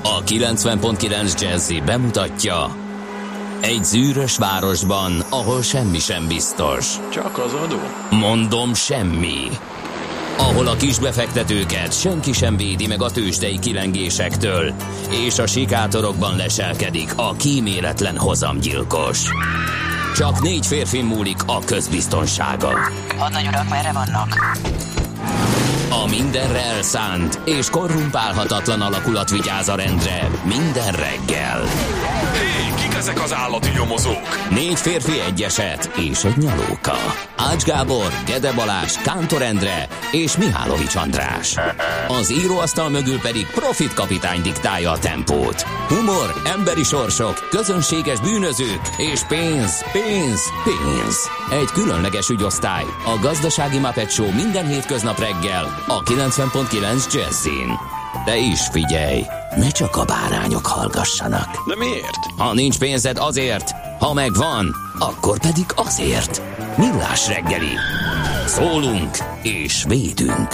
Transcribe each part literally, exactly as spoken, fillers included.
A kilencven pont kilenc Jazzy bemutatja: egy zűrös városban, ahol semmi sem biztos. Csak az adó? Mondom, semmi. Ahol a kisbefektetőket senki sem védi meg a tőzsdei kilengésektől, és a sikátorokban leselkedik a kíméletlen hozamgyilkos. Csak négy férfi múlik a közbiztonsága. Hadnagy urak, merre vannak? A mindenre elszánt és korrumpálhatatlan alakulat vigyáz a rendre minden reggel. Hé, kik ezek az állati nyomozók? Négy férfi, egy eset és egy nyalóka. Ács Gábor, Gede Balázs, Kántor Endre és Mihálovics András. Az íróasztal mögül pedig Profit kapitány diktálja a tempót. Humor, emberi sorsok, közönséges bűnözők és pénz, pénz, pénz. Egy különleges ügyosztály, a Gazdasági Muppet Show minden hétköznap reggel a kilencven pont kilenc Jazzin. De is figyelj, ne csak a bárányok hallgassanak. De miért? Ha nincs pénzed, azért, ha megvan, akkor pedig azért. Millás reggeli. Szólunk és védünk.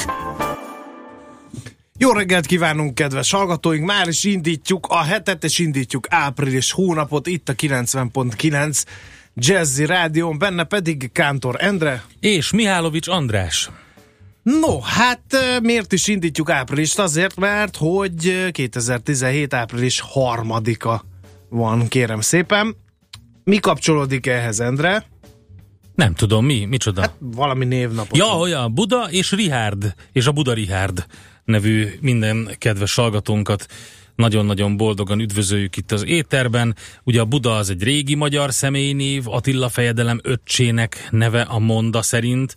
Jó reggelt kívánunk, kedves hallgatóink! Már is indítjuk a hetet, és indítjuk április hónapot itt a kilencven pont kilenc Jazzy Rádión, benne pedig Kántor Endre és Mihálovics András. No, hát miért is indítjuk áprilist? Azért, mert hogy kétezer-tizenhét április harmadika van, kérem szépen. Mi kapcsolódik ehhez, Endre? Nem tudom, mi? Micsoda? Hát valami névnapot. Ja, olyan, Buda és Richárd, és a Buda Richárd nevű minden kedves hallgatónkat nagyon-nagyon boldogan üdvözöljük itt az éterben. Ugye a Buda az egy régi magyar személynév, Attila fejedelem öccsének neve a monda szerint,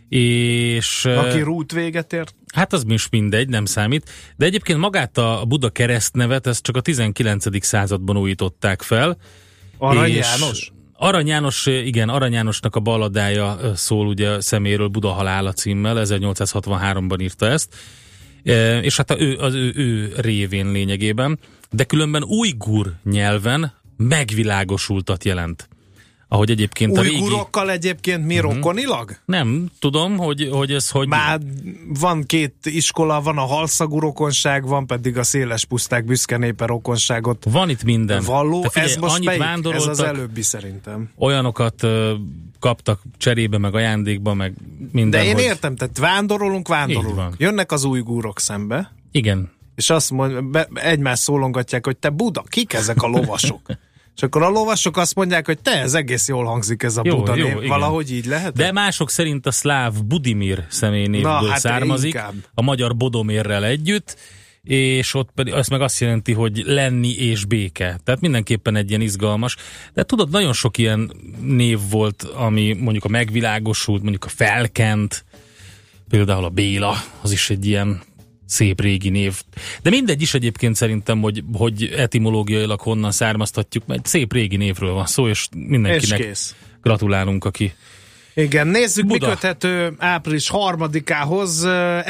és... Aki rút véget ért? Hát az is mindegy, nem számít. De egyébként magát a Buda keresztnevet, ezt csak a tizenkilencedik században újították fel. Arany János? Arany János, igen, Arany Jánosnak a balladája szól ugye személyről, Buda halála címmel, ezernyolcszázhatvanháromban írta ezt. E, és hát ő, az ő, ő révén lényegében, de különben ujgur nyelven megvilágosultat jelent. Ahogy egyébként a régi... Ujgurokkal egyébként mi uh-huh. rokonilag? Nem, tudom, hogy, hogy ez hogy... Már van két iskola, van a halszagú rokonság, van pedig a széles puszták büszke népe rokonságot. Van itt minden. Valló, figyelj, ez most melyik? Ez az előbbi szerintem. Olyanokat uh, kaptak cserébe, meg ajándékba, meg minden. De én hogy... értem, tehát vándorolunk, vándorolunk. Jönnek az ujgurok szembe. Igen. És azt mondja, egymás szólongatják, hogy te Buda, kik ezek a lovasok? És akkor a lovasok azt mondják, hogy te, ez egész jól hangzik ez a jó, Buda név. Jó, valahogy így lehet? De mások szerint a szláv Budimir személynévből hát származik, inkább. A magyar Bodomérrel együtt, és ott pedig azt meg azt jelenti, hogy lenni és béke. Tehát mindenképpen egy ilyen izgalmas. De tudod, nagyon sok ilyen név volt, ami mondjuk a megvilágosult, mondjuk a felkent, például a Béla, az is egy ilyen szép régi név. De mindegy is egyébként szerintem, hogy, hogy etimológiailag honnan származtatjuk, mert egy szép régi névről van szó, és mindenkinek és gratulálunk, aki... Igen, nézzük, Buda. Mi köthető április harmadikához.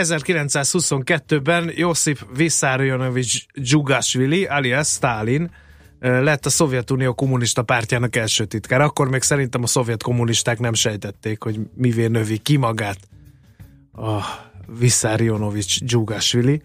ezerkilencszázhuszonkettőben Josip Vissarionovics Dzsugasvili, alias Sztálin lett a Szovjetunió kommunista pártjának első titkár. Akkor még szerintem a szovjet kommunisták nem sejtették, hogy mivé növi ki magát a Vissarionovics Dzsugasvili.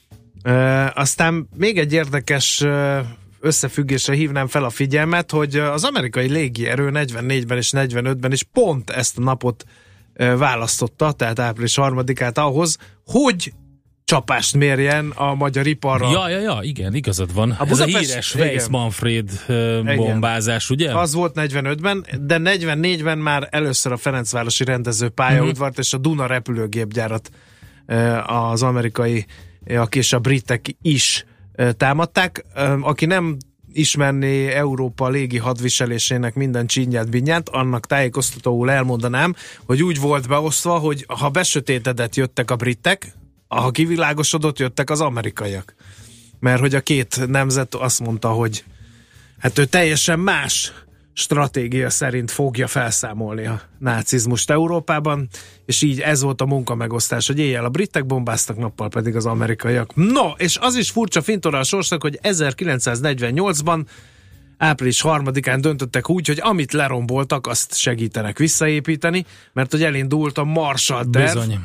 Aztán még egy érdekes összefüggésre hívnám fel a figyelmet, hogy az amerikai légierő negyvennégyben és negyvenötben is pont ezt a napot választotta, tehát április harmadikát ahhoz, hogy csapást mérjen a magyar iparra. Ja, ja, ja, igen, igazad van. A Ez a híres Weiss-Manfred bombázás, ugye? Az volt negyvenötben, de negyvennégyben már először a Ferencvárosi rendező pályaudvart uh-huh. és a Duna repülőgépgyárat az amerikaiak és a britek is támadták. Aki nem ismerné Európa légi hadviselésének minden csinyát, binyát, annak tájékoztatóul elmondanám, hogy úgy volt beosztva, hogy ha besötétedett, jöttek a britek, ha kivilágosodott, jöttek az amerikaiak. Mert hogy a két nemzet azt mondta, hogy hát ő teljesen más stratégia szerint fogja felszámolni a nácizmust Európában, és így ez volt a munkamegosztás, hogy éjjel a britek bombáztak, nappal pedig az amerikaiak. No, és az is furcsa fintora a sorsnak, hogy ezerkilencszáznegyvennyolcban április harmadikán döntöttek úgy, hogy amit leromboltak, azt segítenek visszaépíteni, mert hogy elindult a Marshall terv. Bizony.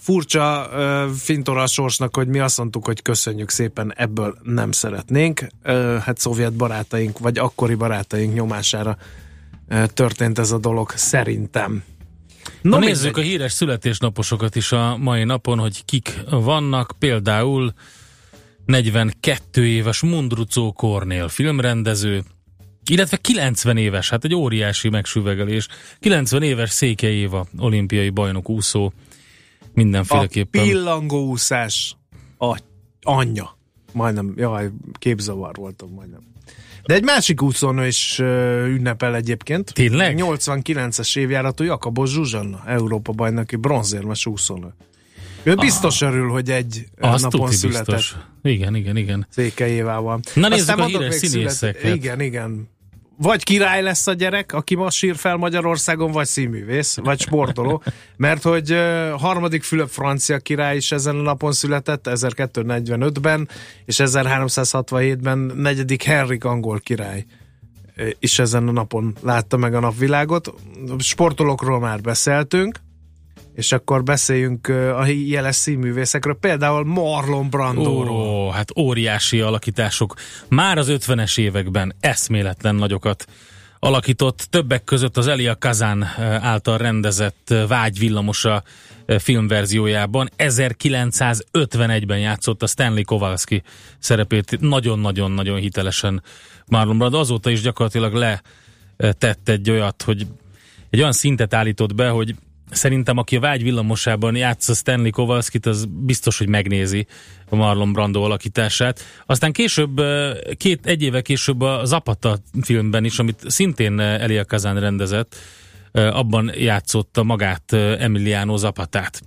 furcsa uh, fintora a sorsnak, hogy mi azt mondtuk, hogy köszönjük szépen, ebből nem szeretnénk. Uh, hát szovjet barátaink, vagy akkori barátaink nyomására uh, történt ez a dolog, szerintem. No, Na nézzük mindegy. A híres születésnaposokat is a mai napon, hogy kik vannak. Például negyvenkettő éves Mundruczó Kornél filmrendező, illetve kilencven éves, hát egy óriási megsüvegelés, kilencven éves Székely Éva, olimpiai bajnok úszó, mindenféleképpen. A pillangóúszás a anyja. Majdnem, jaj, képzavar voltam majdnem. De egy másik úszónő is uh, ünnepel egyébként. Tényleg? nyolcvankilences évjáratú Jakabos Zsuzsanna, Európa bajnoki bronzérmes úszónő. Ő biztos ah, örül, hogy egy napon született. Biztos. Igen, igen, igen. Székely Évával. Na nézzük Aztán a híres színészeket. Szület... Igen, igen. Vagy király lesz a gyerek, aki ma sír fel Magyarországon, vagy színművész, vagy sportoló, mert hogy uh, harmadik Fülöp francia király is ezen a napon született, ezerkétszáznegyvenötben, és ezerháromszázhatvanhétben negyedik Henrik angol király uh, is ezen a napon látta meg a napvilágot. Sportolókról már beszéltünk, és akkor beszéljünk uh, a jeles színművészekről, például Marlon Brandóról. Ó, hát óriási alakítások. Már az ötvenes években eszméletlen nagyokat alakított, többek között az Elia Kazan által rendezett Vágy villamosa filmverziójában. ezerkilencszázötvenegyben játszott a Stanley Kowalski szerepét nagyon-nagyon-nagyon hitelesen Marlon Brando. Azóta is gyakorlatilag letett egy olyat, hogy egy olyan szintet állított be, hogy szerintem, aki a Vágy villamosában játsza Stanley Kowalskit, az biztos, hogy megnézi a Marlon Brando alakítását. Aztán később, két, egy éve később a Zapata filmben is, amit szintén Elia Kazan rendezett, abban játszotta magát Emiliano Zapatát.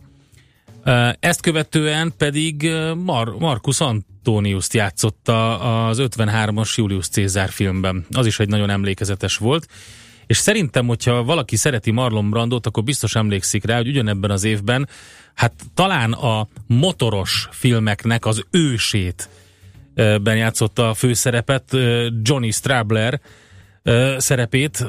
Ezt követően pedig Mar- Marcus Antoniust játszotta az ötvenhármas Julius Cézár filmben. Az is egy nagyon emlékezetes volt. És szerintem, hogyha valaki szereti Marlon Brandót, akkor biztos emlékszik rá, hogy ugyanebben az évben, hát talán a motoros filmeknek az ősét ben játszotta a főszerepet, Johnny Strabler szerepét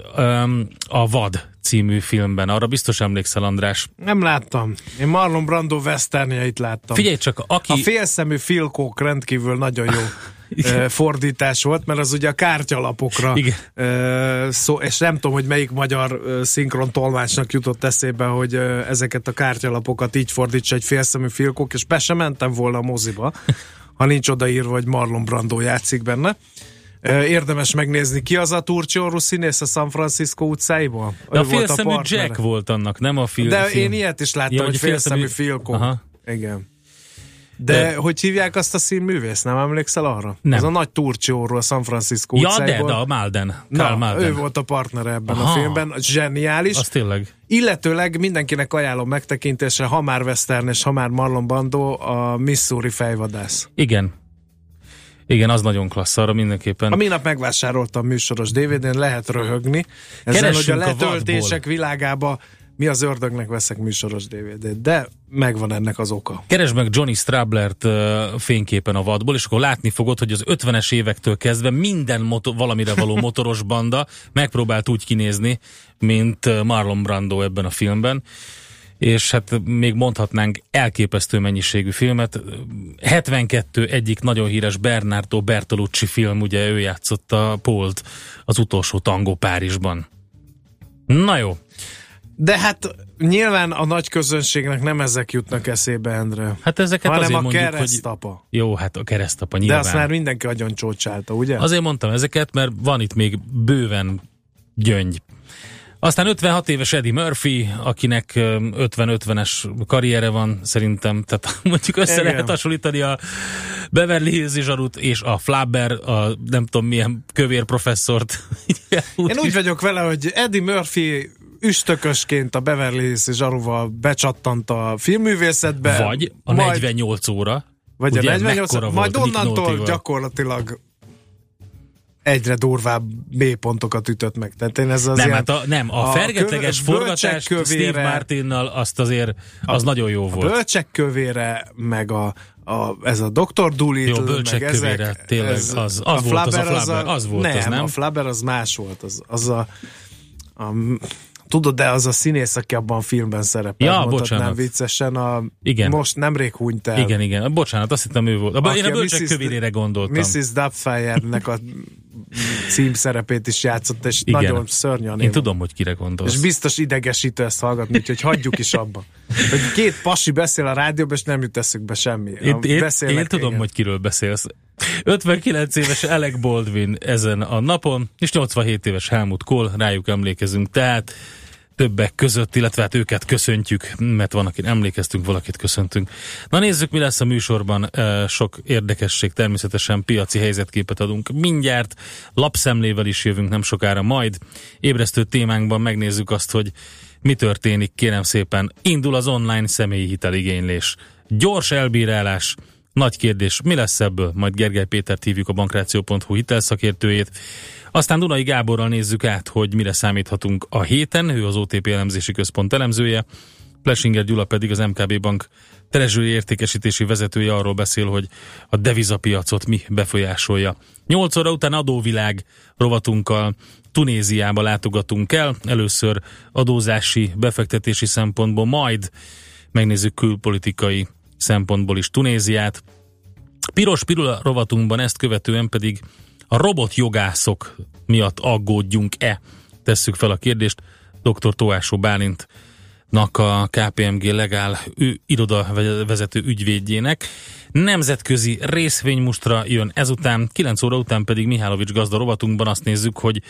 a Vad című filmben. Arra biztos emlékszel, András? Nem láttam. Én Marlon Brando westernjeit láttam. Figyelj csak, aki... A félszemű Phil Cook rendkívül nagyon jó fordítás volt, mert az ugye a kártyalapokra uh, szó, és nem tudom, hogy melyik magyar uh, szinkron tolmácsnak jutott eszébe, hogy uh, ezeket a kártyalapokat így fordítsa egy félszemű Phil Cook, és be sem mentem volna a moziba, ha nincs odaírva, hogy Marlon Brando játszik benne. Uh, érdemes megnézni, ki az a Turcioru színész a San Francisco utcáiból? De a félszemű Jack volt annak, nem a film. De film. Én ilyet is láttam, ja, hogy félszemű Phil Cook. Aha. Igen. De, de hogy hívják azt a színművész? Nem emlékszel arra? Nem. Az a nagy Turcioról, a San Francisco ja, utcáiból. Ja, de, de a Malden. Na, Malden. Ő volt a partnere ebben Aha. a filmben. Zseniális. Az tényleg. Illetőleg mindenkinek ajánlom megtekintésre, ha már western és ha már Marlon Brando, a Missouri fejvadász. Igen. Igen, az nagyon klassz, arra mindenképpen. A minap megvásároltam műsoros dé vé dén, lehet röhögni. Ezen, hogy a letöltések a világába mi az ördögnek veszek műsoros dé vé dét, de megvan ennek az oka. Keresd meg Johnny Strablert uh, fényképen a vadból, és akkor látni fogod, hogy az ötvenes évektől kezdve minden moto- valamire való motoros banda megpróbált úgy kinézni, mint Marlon Brando ebben a filmben. És hát még mondhatnánk elképesztő mennyiségű filmet. hetvenkettő egyik nagyon híres Bernardo Bertolucci film, ugye ő játszotta Pault az utolsó tangó Párizsban. Na jó. De hát nyilván a nagy közönségnek nem ezek jutnak eszébe, Endre. Hát ezeket hanem azért a mondjuk, keresztapa. Hogy... Jó, hát a keresztapa nyilván. De azt már mindenki agyon csócsálta, ugye? Azért mondtam ezeket, mert van itt még bőven gyöngy. Aztán ötvenhat éves Eddie Murphy, akinek ötven-ötvenes karriere van szerintem, tehát mondjuk össze Igen. lehet hasonlítani a Beverly Hills zsarut és a Flabber, a nem tudom milyen kövér professzort. Én úgy vagyok vele, hogy Eddie Murphy üstökösként a Beverly Hills zsaruval becsattant a filmművészetbe. Vagy a majd, negyvennyolc óra. Vagy ugye, a negyvennyolc óra. Majd onnantól gyakorlatilag egyre durvább B-pontokat ütött meg. Tehát én ez az nem, ilyen, hát a, nem, a, a fergetleges forgatás Steve Martinnal azt azért, az a, nagyon jó volt. A bölcsek kövére, meg a, a ez a doktor Dolittle, jó, bölcsek meg kövére, ezek. Tényleg, ez, az, az a volt Flabber, az a Flabber, az, a, az volt nem, az, nem? a Flabber az más volt, az, az a, a tudod, de az a színész, aki abban a filmben szerepel, ja, mondhatnám bocsánat. viccesen, a, igen. most nemrég hunyt el. Igen, igen, bocsánat, azt hittem ő volt. Abba, én a bölcsek kövérére gondoltam. missus Doubtfire-nek a címszerepét is játszott, és igen. nagyon szörny a név. Én tudom, hogy kire gondolsz. És biztos idegesítő ezt hallgatni, úgyhogy hagyjuk is abba. Hogy két pasi beszél a rádióban, és nem jut eszükbe semmi. Én, én, én tudom, igen. hogy kiről beszélsz. ötvenkilenc éves Alec Baldwin ezen a napon, és nyolcvanhét éves Helmut Kohl, rájuk emlékezünk, tehát többek között, illetve hát őket köszöntjük, mert van, akit emlékeztünk, valakit köszöntünk. Na nézzük, mi lesz a műsorban. Sok érdekesség, természetesen piaci helyzetképet adunk mindjárt, lapszemlével is jövünk nem sokára, majd ébresztő témánkban megnézzük azt, hogy mi történik, kérem szépen. Indul az online személyi hiteligénylés. Gyors elbírálás, nagy kérdés, mi lesz ebből? Majd Gergely Pétert hívjuk, a bankráció pont hu hitelszakértőjét. Aztán Dunai Gáborral nézzük át, hogy mire számíthatunk a héten, ő az o té pé elemzési központ elemzője, Plesinger Gyula pedig az em ká bé Bank treasury értékesítési vezetője, arról beszél, hogy a devizapiacot mi befolyásolja. nyolc óra után adóvilág rovatunkkal Tunéziába látogatunk el, először adózási, befektetési szempontból, majd megnézzük külpolitikai szempontból is Tunéziát. Piros pirula rovatunkban ezt követően pedig a robotjogászok miatt aggódjunk-e? Tesszük fel a kérdést dr. Tóásó Bálintnak, a ká pé em gé Legál ő irodavezető ügyvédjének. Nemzetközi részvénymustra jön ezután, kilenc óra után pedig Mihálovics gazda rovatunkban azt nézzük, hogy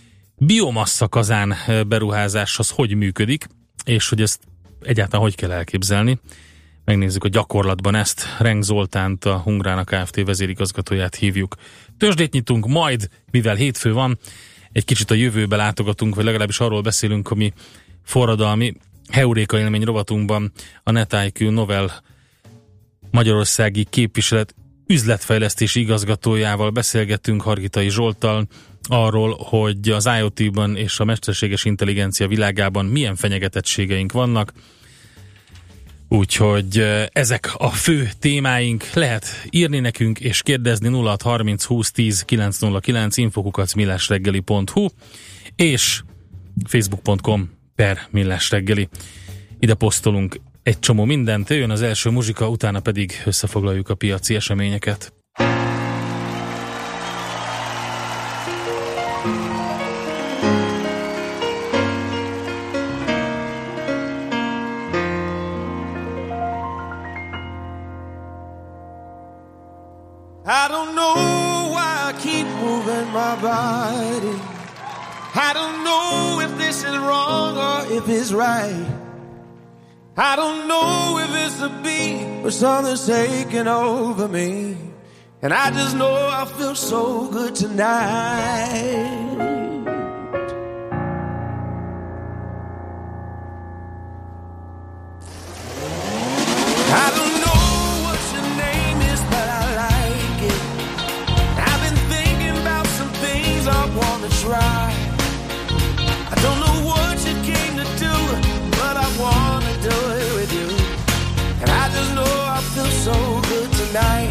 biomassa kazán beruházás az hogy működik, és hogy ezt egyáltalán hogy kell elképzelni. Megnézzük a gyakorlatban ezt. Renk Zoltánt, a Hungrána Kft. Vezérigazgatóját hívjuk. Tőzsdét nyitunk, majd, mivel hétfő van, egy kicsit a jövőbe látogatunk, vagy legalábbis arról beszélünk, ami forradalmi heuréka élmény rovatunkban a NetIQ Novell magyarországi képviselet üzletfejlesztési igazgatójával beszélgettünk, Hargitai Zsolttal, arról, hogy az i o té-ban és a mesterséges intelligencia világában milyen fenyegetettségeink vannak. Úgyhogy ezek a fő témáink, lehet írni nekünk és kérdezni nulla hat harminc húsz tíz kilenc nulla kilenc infokukac millásreggeli pont hu és facebook pont com per millásreggeli. Ide posztolunk egy csomó mindent, jön az első muzsika, utána pedig összefoglaljuk a piaci eseményeket. I don't know why I keep moving my body. I don't know if this is wrong or if it's right. I don't know if it's the beat or something's taking over me. And I just know I feel so good tonight. I don't try. I don't know what you came to do, but I wanna do it with you. And I just know I feel so good tonight.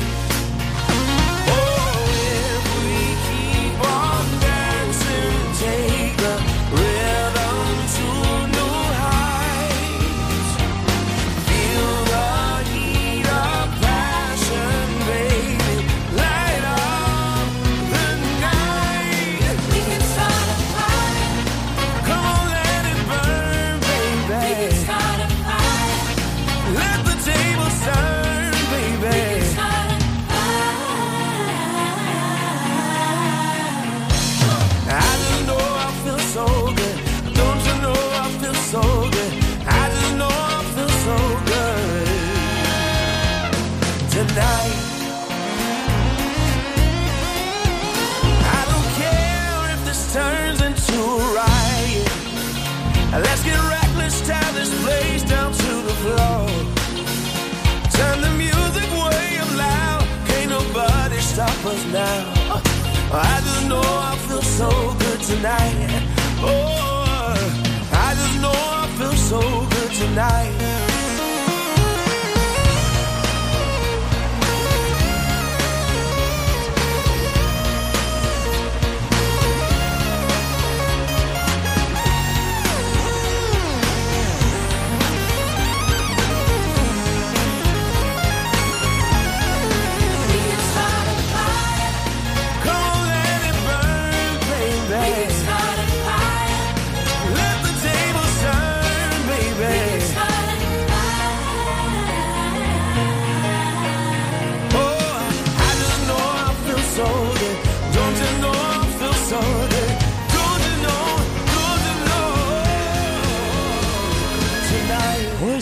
Oh, if we keep on dancing, take the rhythm to new heights. Feel the heat of passion, baby. Light up the night. We can start a fire. Come on, let it burn, baby. We can start a fire. Let the table turn, baby. We can start a fire. I just know I feel so good. Don't you know I feel so good? I just know I feel so good tonight. I don't care if this turns into a riot. Let's get reckless, tear this place down to the floor. Turn the music way up loud. Can't nobody stop us now. I just know I feel so good tonight. Oh, I just know I feel so good tonight.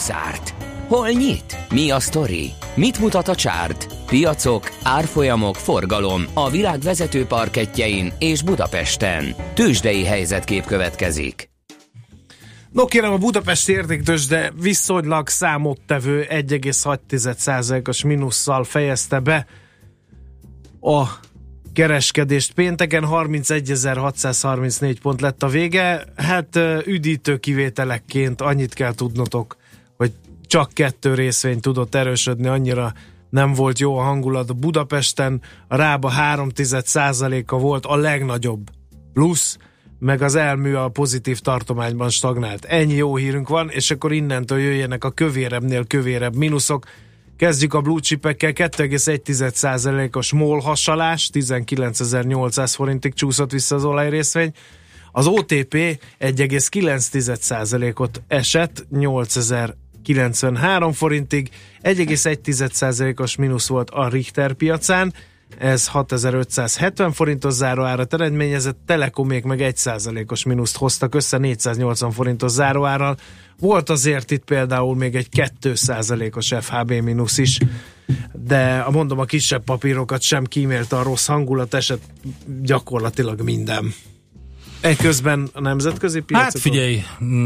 zárt? Hol nyit? Mi a sztori? Mit mutat a csárt? Piacok, árfolyamok, forgalom a világ vezető parkettjein és Budapesten. Tőzsdei helyzetkép következik. No kérem, a budapesti értéktőzsde viszonylag számottevő egy egész hat százalékos mínusszal fejezte be a kereskedést pénteken. harmincegyezer-hatszázharmincnégy pont lett a vége. Hát üdítő kivételekként annyit kell tudnotok, hogy csak kettő részvény tudott erősödni, annyira nem volt jó a hangulat Budapesten. A Rába három százaléka volt a legnagyobb plusz, meg az Elmű a pozitív tartományban stagnált. Ennyi jó hírünk van, és akkor innentől jöjjenek a kövérebbnél kövérebb mínuszok. Kezdjük a blue chipekkel. Kettő egész egy százalékos MOL hasalás, tizenkilencezer-nyolcszáz forintig csúszott vissza az olajrészvény. Az o té pé egy egész kilenc százalékot esett, nyolcezer-kilencvenhárom forintig. egy egész egy százalékos mínusz volt a Richter piacán, ez hatezer-ötszázhetven forintos záróárat eredményezett. Telekomék meg egy százalékos mínuszt hoztak össze négyszáznyolcvan forintos záróárral. Volt azért itt például még egy két százalékos ef há bé mínusz is, de mondom, a kisebb papírokat sem kímélte a rossz hangulat, esett gyakorlatilag minden. Eközben a nemzetközi piacot... Hát figyelj,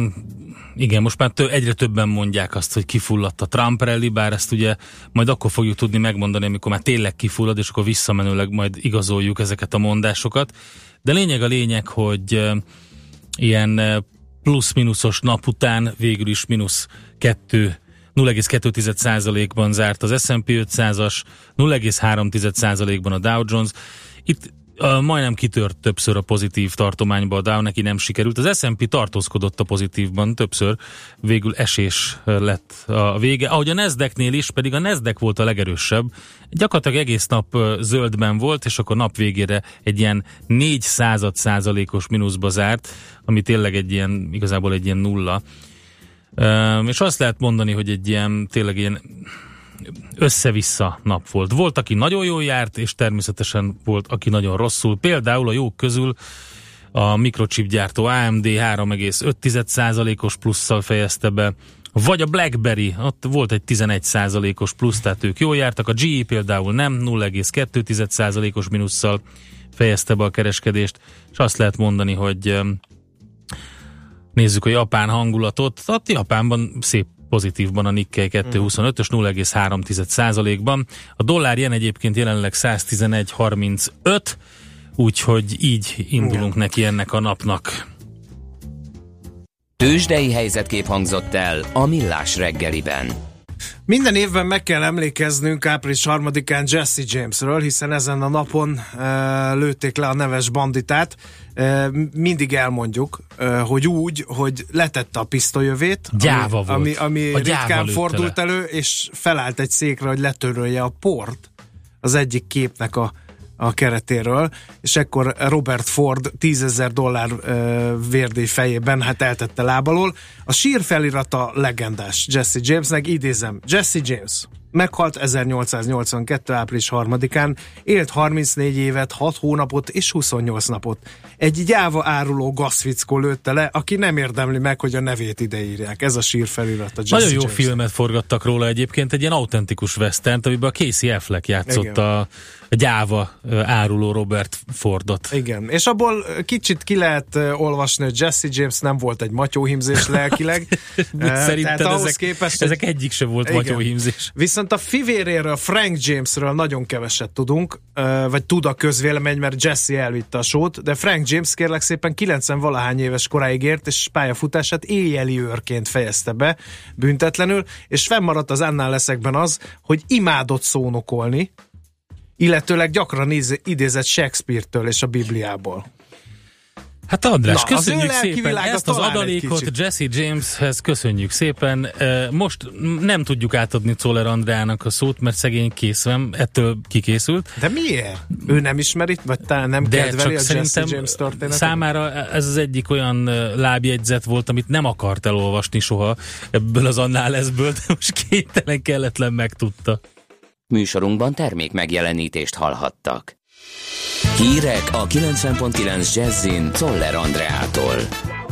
igen, most már tő, egyre többen mondják azt, hogy kifulladt a Trump rally, bár ezt ugye majd akkor fogjuk tudni megmondani, amikor már tényleg kifullad, és akkor visszamenőleg majd igazoljuk ezeket a mondásokat. De lényeg a lényeg, hogy uh, ilyen plusz-minuszos nap után végül is mínusz kettő, nulla egész kettő százalékban zárt az es and pé ötszázas, nulla egész három százalékban a Dow Jones. Itt Uh, majdnem kitört többször a pozitív tartományba, a Dow neki nem sikerült. Az es and pé tartózkodott a pozitívban többször, végül esés lett a vége. Ahogy a Nasdaqnél is, pedig a Nasdaq volt a legerősebb. Gyakorlatilag egész nap uh, zöldben volt, és akkor nap végére egy ilyen négy század százalékos mínuszba zárt, ami tényleg egy ilyen, igazából egy ilyen nulla. Uh, és azt lehet mondani, hogy egy ilyen, tényleg ilyen össze-vissza nap volt. Volt, aki nagyon jól járt, és természetesen volt, aki nagyon rosszul. Például a jók közül a mikrochip gyártó á em dé három egész öt százalékos plusszal fejezte be, vagy a BlackBerry, ott volt egy tizenegy százalékos plusz, tehát ők jól jártak. A gé é például nem, nulla egész kettő százalékos mínusszal fejezte be a kereskedést, és azt lehet mondani, hogy nézzük a japán hangulatot. A Japánban szép pozitívban a Nikkei kettőszázhuszonötös nulla egész három százalékban. A dollár jen egyébként jelenleg száztizenegy harmincöt, úgyhogy így indulunk Igen. neki ennek a napnak. Tőzsdei helyzetkép hangzott el a Millás reggeliben. Minden évben meg kell emlékeznünk április harmadikán Jesse Jamesről, hiszen ezen a napon e, lőtték le a neves banditát. E, mindig elmondjuk, e, hogy úgy, hogy letette a pisztolyövét, gyáva ami, volt. ami, ami ritkán fordult le. elő, és felállt egy székre, hogy letörölje a port az egyik képnek a a keretéről, és ekkor Robert Ford tízezer dollár uh, vérdíj fejében hát eltette lábalól. A sír felirata legendás Jesse Jamesnek, idézem, Jesse James meghalt ezernyolcszáznyolcvankettő április harmadikán, élt harmincnégy évet, hat hónapot és huszonnyolc napot. Egy gyáva áruló gazfickó lőtte le, aki nem érdemli meg, hogy a nevét ideírják. Ez a sír felirata Jesse Nagyon jó James. filmet forgattak róla egyébként, egy ilyen autentikus westernt, amiben a Casey Affleck játszott a, a gyáva áruló Robert Fordot. Igen, és abból kicsit ki lehet olvasni, hogy Jesse James nem volt egy matyóhímzés lelkileg. Szerinted ezek, képest, ezek egyik se volt matyóhímzés. Viszont a fivéréről, Frank Jamesről nagyon keveset tudunk, vagy tud a közvélemény, mert Jesse elvitte a sót, de Frank James kérlek szépen kilencven-valahány éves koráig ért, és pályafutását éjjeli őrként fejezte be büntetlenül, és fennmaradt az annál leszekben az, hogy imádott szónokolni, illetőleg gyakran idézett Shakespeare-től és a Bibliából. Hát András, Na, köszönjük szépen ezt az adalékot Jesse Jameshez, köszönjük szépen. Most nem tudjuk átadni Czoller Andreának a szót, mert szegény készvem, ettől kikészült. De miért? Ő nem ismeri, vagy talán nem De kedveli a Jesse James történetet? Számára ez az egyik olyan lábjegyzet volt, amit nem akart elolvasni soha ebből az annáleszből, de most kénytelen kelletlen megtudta. Műsorunkban termék megjelenítést hallhattak. Hírek a kilencven pont kilenc Jazzin Czoller Andreától.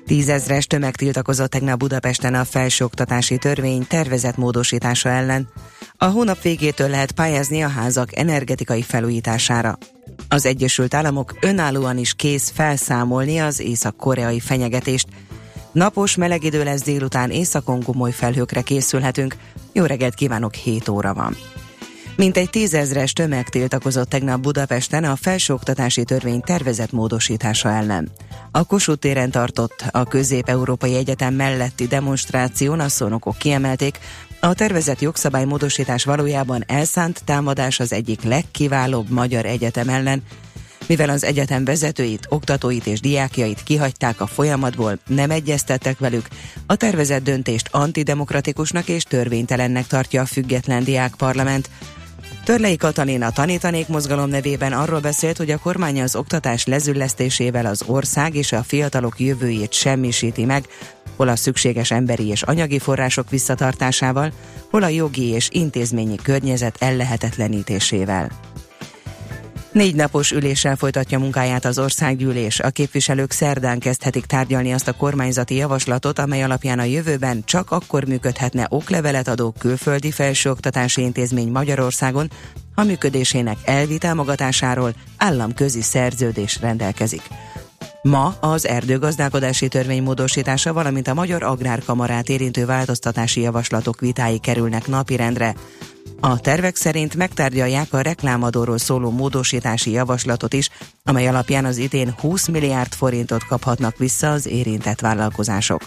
Tízezres tömeg tiltakozott tegnap Budapesten a felsőoktatási törvény tervezett módosítása ellen. A hónap végétől lehet pályázni a házak energetikai felújítására. Az Egyesült Államok önállóan is kész felszámolni az észak-koreai fenyegetést. Napos, meleg idő lesz délután, északon gomoly felhőkre készülhetünk. Jó reggelt kívánok, hét óra van. Mintegy tízezres tömeg tiltakozott tegnap Budapesten a felsőoktatási törvény tervezett módosítása ellen. A Kossuth téren tartott a Közép-Európai Egyetem melletti demonstráción a szónokok kiemelték, a tervezett jogszabálymódosítás valójában elszánt támadás az egyik legkiválóbb magyar egyetem ellen, mivel az egyetem vezetőit, oktatóit és diákjait kihagyták a folyamatból, nem egyeztettek velük, a tervezett döntést antidemokratikusnak és törvénytelennek tartja a független diákparlament. Törlei Katalin a Tanítanék mozgalom nevében arról beszélt, hogy a kormány az oktatás lezüllesztésével az ország és a fiatalok jövőjét semmisíti meg, hol a szükséges emberi és anyagi források visszatartásával, hol a jogi és intézményi környezet ellehetetlenítésével. Négy napos üléssel folytatja munkáját az országgyűlés. A képviselők szerdán kezdhetik tárgyalni azt a kormányzati javaslatot, amely alapján a jövőben csak akkor működhetne oklevelet adó külföldi felsőoktatási intézmény Magyarországon, ha működésének elvi támogatásáról államközi szerződés rendelkezik. Ma az erdőgazdálkodási törvény módosítása, valamint a Magyar Agrárkamarát érintő változtatási javaslatok vitái kerülnek napirendre. A tervek szerint megtárgyalják a reklámadóról szóló módosítási javaslatot is, amely alapján az idén húsz milliárd forintot kaphatnak vissza az érintett vállalkozások.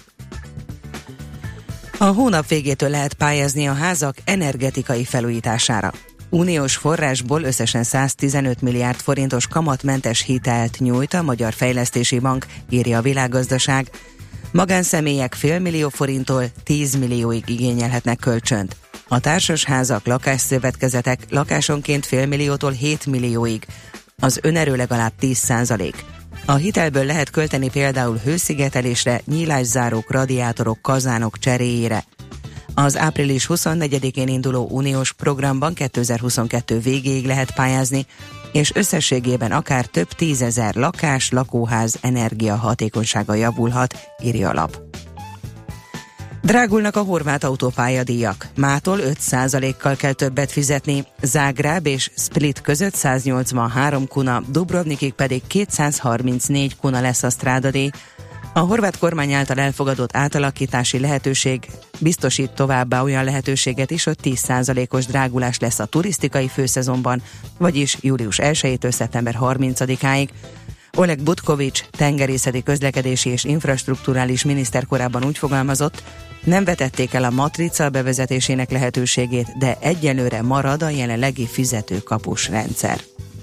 A hónap végétől lehet pályázni a házak energetikai felújítására. Uniós forrásból összesen száztizenöt milliárd forintos kamatmentes hitelt nyújt a Magyar Fejlesztési Bank, írja a Világgazdaság. Magánszemélyek félmillió forinttól tíz millióig igényelhetnek kölcsönt. A társasházak, lakásszövetkezetek lakásonként félmilliótól hét millióig, az önerő legalább tíz százalék. A hitelből lehet költeni például hőszigetelésre, nyílászárók, radiátorok, kazánok cseréjére. Az április huszonnegyedikén induló uniós programban kétezer-huszonkettő végéig lehet pályázni, és összességében akár több tízezer lakás, lakóház energiahatékonysága javulhat, írja a lap. Drágulnak a horvát autópályadíjak. Mától öt százalékkal kell többet fizetni, Zágráb és Split között száznyolcvanhárom kuna, Dubrovnikig pedig kétszázharmincnégy kuna lesz a strádadíj. A horvát kormány által elfogadott átalakítási lehetőség biztosít továbbá olyan lehetőséget is, hogy tíz százalékos drágulás lesz a turisztikai főszezonban, vagyis július elsejétől szeptember harmincadikáig. Oleg Butkovics, tengerészeti, közlekedési és infrastrukturális miniszter korábban úgy fogalmazott, nem vetették el a matrica bevezetésének lehetőségét, de egyelőre marad a jelenlegi fizetőkapus rendszer.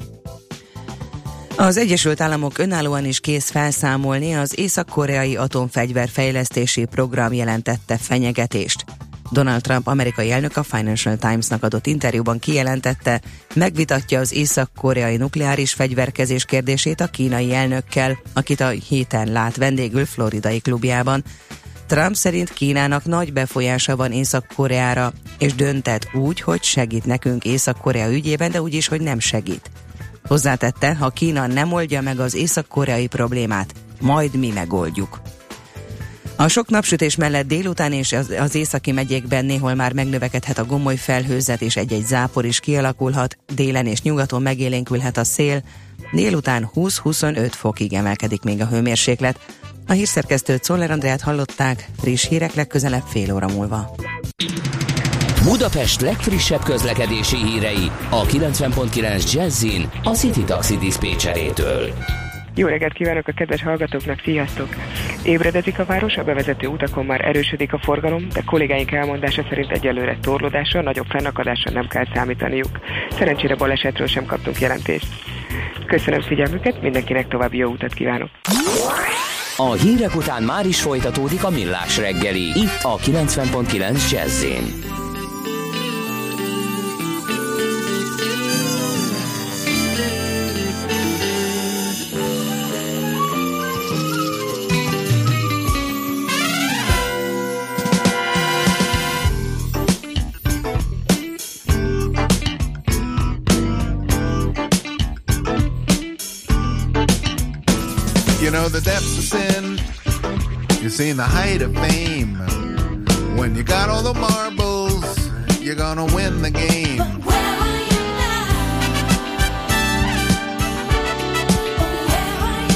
Az Egyesült Államok önállóan is kész felszámolni az észak-koreai atomfegyverfejlesztési program jelentette fenyegetést. Donald Trump amerikai elnök a Financial Times-nak adott interjúban kijelentette, megvitatja az észak-koreai nukleáris fegyverkezés kérdését a kínai elnökkel, akit a héten lát vendégül floridai klubjában. Trump szerint Kínának nagy befolyása van Észak-Koreára, és döntett úgy, hogy segít nekünk Észak-Korea ügyében, de úgy is, hogy nem segít. Hozzátette, ha Kína nem oldja meg az észak-koreai problémát, majd mi megoldjuk. A sok napsütés mellett délután és az, az északi megyékben néhol már megnövekedhet a gomoly felhőzet, és egy-egy zápor is kialakulhat, délen és nyugaton megélénkülhet a szél, délután húsz-huszonöt fokig emelkedik még a hőmérséklet. A hírszerkesztőt, Szoller Andreát hallották, friss hírek legközelebb fél óra múlva. Budapest legfrissebb közlekedési hírei a kilencven pont kilenc Jazzin a City Taxi diszpécserétől. Jó reggelt kívánok a kedves hallgatóknak, sziasztok! Ébredezik a város, a bevezető utakon már erősödik a forgalom, de kollégáink elmondása szerint egyelőre torlódásra, nagyobb fennakadásra nem kell számítaniuk. Szerencsére balesetről sem kaptunk jelentést. Köszönöm figyelmüket, mindenkinek további jó utat kívánok! A hírek után már is folytatódik a Millás reggeli, itt a kilencven pont kilenc Jazzin. You know the depths of sin You see, in the height of fame, when you got all the marbles, you're gonna win the game. But where are you now? Oh, where are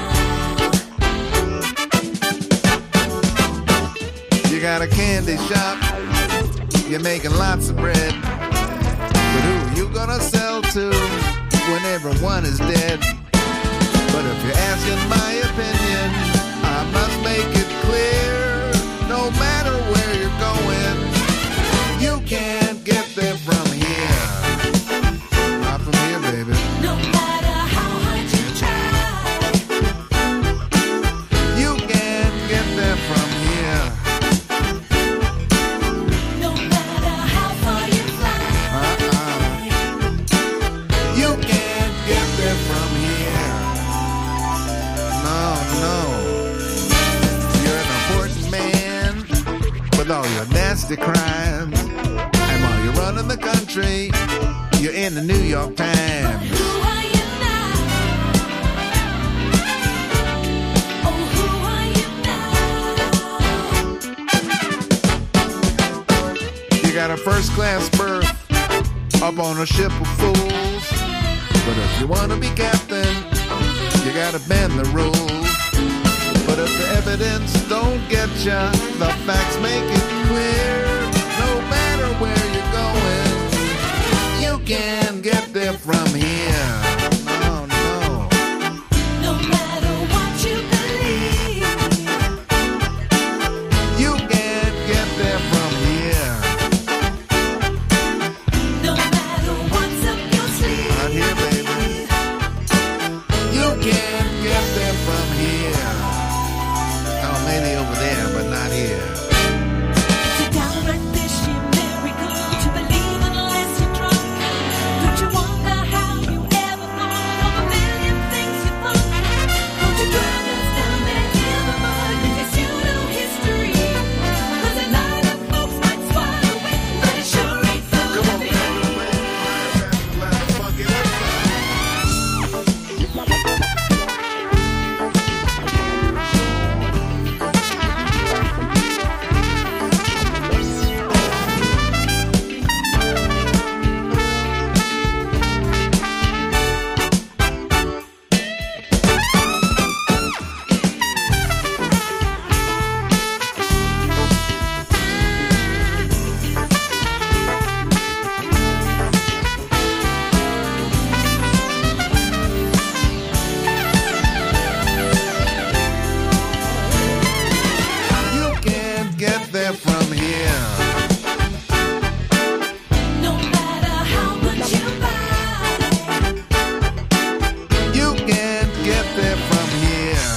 you now? You got a candy shop, you're making lots of bread. But who are you gonna sell to when everyone is dead? But if you're asking my opinion, I must make it clear, no matter where you're going, you can't get there from here. Not from here, baby. No matter how hard you try, You can't get there from here. no matter how far you fly, Uh-uh. You can't get there from here. No, no. You're an important man with all your nasty crimes. And while you're running the country, you're in the New York Times. who are you now? Oh, who are you now? You got a first class berth up on a ship of fools. But if you want to be captain, you gotta bend the rules. But if the evidence don't get ya, the facts make it clear. No matter where you're going, you can't get there from here. No, no. No matter what you believe, You can't get there from here. no matter what's up your sleeve, Not here, baby. You can't get there from here. Oh, maybe over there, but not here. to downright this shit miracle, to believe unless you try. Don't you wonder how you ever thought of a million things you thought? Don't you drag us down there in the mud with your pseudo-history? 'Cause a lot of folks might swallow it, but it sure ain't so Come on, heavy. let's fuck it up. You can't get there from here. No matter how much you buy, You can't get there from here.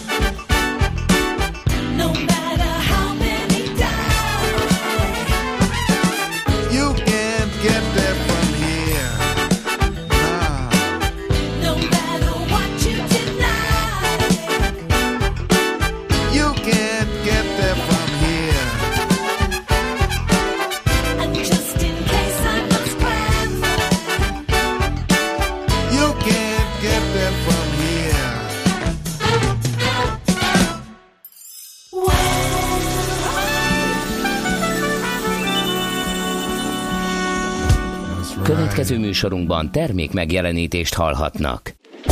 no matter how many die, You can't get there from here. Nah. no matter what you deny, You can't get there from here. and just in case I must clarify, You can't get there from here. That's right. Következő műsorunkban termék megjelenítést hallhatnak.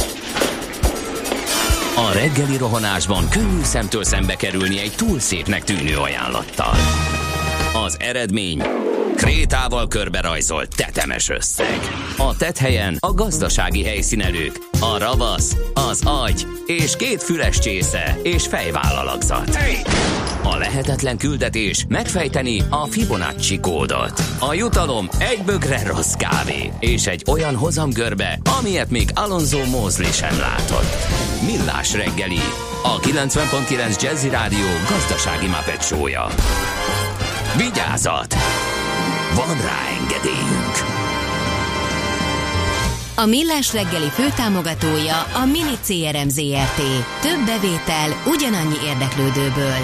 A reggeli rohanásban könnyű szemtől szembe kerülni egy túl szépnek tűnő ajánlattal. Az eredmény krétával körberajzolt tetemes összeg. A tetthelyen a gazdasági helyszínelők, a ravasz, az agy és két füles csésze és fejvállalakzat. A lehetetlen küldetés megfejteni a Fibonacci kódot. A jutalom egy bögre rossz kávé és egy olyan hozamgörbe, amilyet még Alonso Mosley sem látott. Millás reggeli, a kilencven pont kilenc Jazzy Rádió gazdasági Muppet show-ja. Vigyázat! Van rá engedélyünk! A Millás reggeli főtámogatója a Mini cé er em zé er té. Több bevétel ugyanannyi érdeklődőből.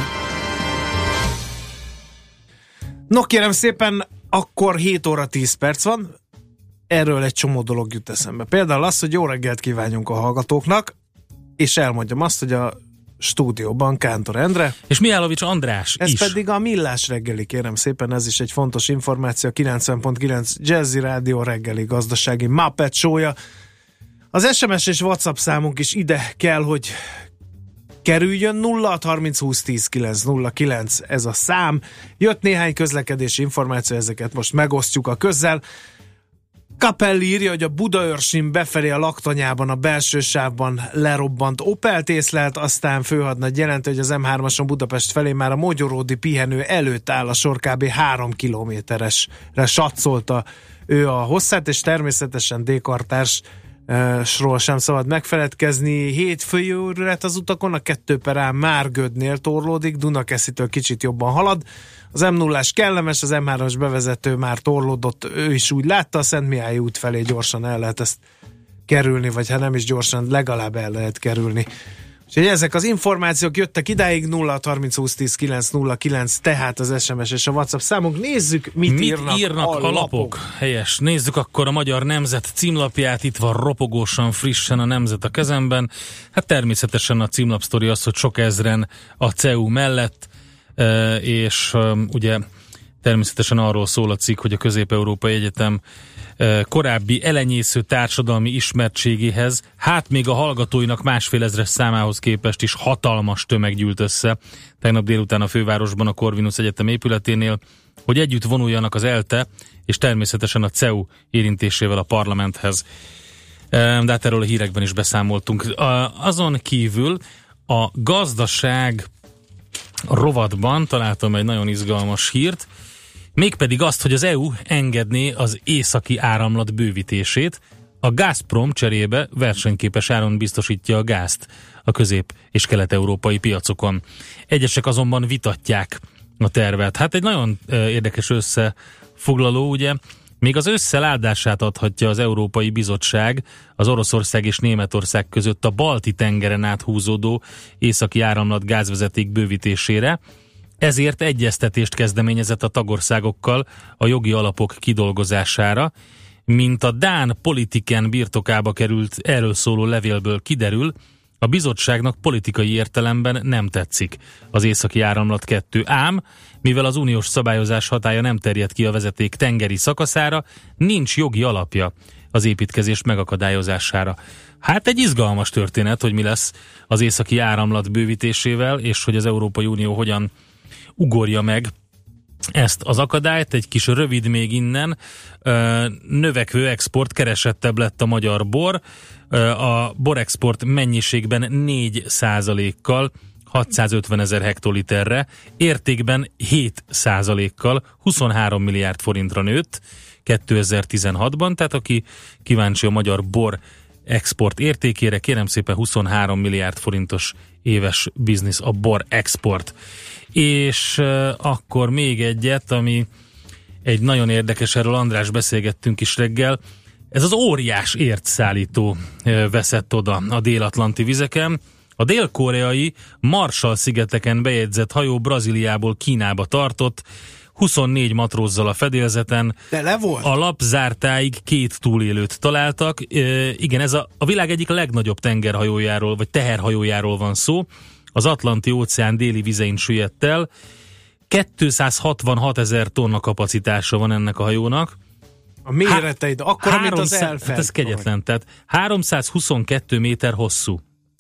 No kérem szépen, akkor hét óra tíz perc van, erről egy csomó dolog jut eszembe. Például az, hogy jó reggelt kívánjunk a hallgatóknak, és elmondjam azt, hogy a stúdióban Kántor Endre. És Mihálovics András ez is. Ez pedig a Millás reggeli, kérem szépen, ez is egy fontos információ, a kilencven pont kilenc Jazzy Rádió reggeli gazdasági Muppet show-ja. Az es em es és WhatsApp számunk is ide kell, hogy kerüljön, nulla hat harminc húsz tíz kilenc nulla kilenc ez a szám. Jött néhány közlekedési információ, ezeket most megosztjuk a közzel. Capelli írja, hogy a Budaörsin befelé a laktanyában a belső sávban lerobbant Opelt észlelt, aztán főhadnagy jelenti, hogy az em hármason Budapest felé már a Mogyoródi pihenő előtt áll a sor, kb. három kilométeresre satszolta ő a hosszát, és természetesen D-kartárs sról sem szabad megfeledkezni. Hét főjőrület az utakon, a kettő per A Márgödnél torlódik, Dunakeszitől kicsit jobban halad. Az em nullás kellemes, az em hármas bevezető már torlódott, ő is úgy látta, a Szentmihályi út felé gyorsan el lehet ezt kerülni, vagy ha nem is gyorsan, legalább el lehet kerülni. Úgyhogy ezek az információk jöttek idáig, nulla hat harminc húsz tíz kilenc nulla kilenc, tehát az es em es és a WhatsApp számunk. Nézzük, mit, mit írnak, írnak a, a lapok. lapok. Helyes. Nézzük akkor a Magyar Nemzet címlapját, itt van ropogósan, frissen a Nemzet a kezemben. Hát természetesen a címlapsztori az, hogy sok ezren a cé e u mellett, és ugye természetesen arról szól a cikk, hogy a Közép-Európai Egyetem korábbi elenyésző társadalmi ismertségéhez, hát még a hallgatóinak másfél ezres számához képest is hatalmas tömeg gyűlt össze tegnap délután a fővárosban a Corvinus Egyetem épületénél, hogy együtt vonuljanak az ELTE és természetesen a cé e u érintésével a parlamenthez. De hát erről a hírekben is beszámoltunk. Azon kívül a gazdaság rovatban találtam egy nagyon izgalmas hírt, mégpedig azt, hogy az é u engedné az északi áramlat bővítését, a Gazprom cserébe versenyképes áron biztosítja a gázt a közép- és kelet-európai piacokon. Egyesek azonban vitatják a tervet. Hát egy nagyon érdekes összefoglaló, ugye? Még az ősszel áldását adhatja az Európai Bizottság az Oroszország és Németország között a Balti-tengeren áthúzódó északi áramlat gázvezeték bővítésére, ezért egyeztetést kezdeményezett a tagországokkal a jogi alapok kidolgozására. Mint a dán Politiken birtokába került erről szóló levélből kiderül, a bizottságnak politikai értelemben nem tetszik az északi áramlat kettő, ám mivel az uniós szabályozás hatálya nem terjed ki a vezeték tengeri szakaszára, nincs jogi alapja az építkezés megakadályozására. Hát egy izgalmas történet, hogy mi lesz az északi áramlat bővítésével, és hogy az Európai Unió hogyan ugorja meg ezt az akadályt. Egy kis rövid még innen. Növekvő export, keresettebb lett a magyar bor. A borexport mennyiségben négy százalékkal hatszázötven ezer hektoliterre, értékben hét százalékkal huszonhárom milliárd forintra nőtt kétezer-tizenhatban, tehát aki kíváncsi a magyar bor export értékére, kérem szépen huszonhárom milliárd forintos éves biznisz a bor export. És uh, akkor még egyet, ami egy nagyon érdekes, erről András beszélgettünk is reggel, ez az óriás értszállító uh, veszett oda a dél-atlanti vizeken. A dél-koreai Marshall-szigeteken bejegyzett hajó Brazíliából Kínába tartott, huszonnégy matrózzal a fedélzeten. Tele volt? A lapzártáig két túlélőt találtak. E, igen, ez a, a világ egyik legnagyobb tengerhajójáról, vagy teherhajójáról van szó. Az Atlanti-óceán déli vizein süllyedt el. kétszázhatvanhat ezer tonna kapacitása van ennek a hajónak. A méreteid, Há- akkor, mint az elfelt. Hát ez kegyetlen, tehát háromszázhuszonkettő méter hosszú.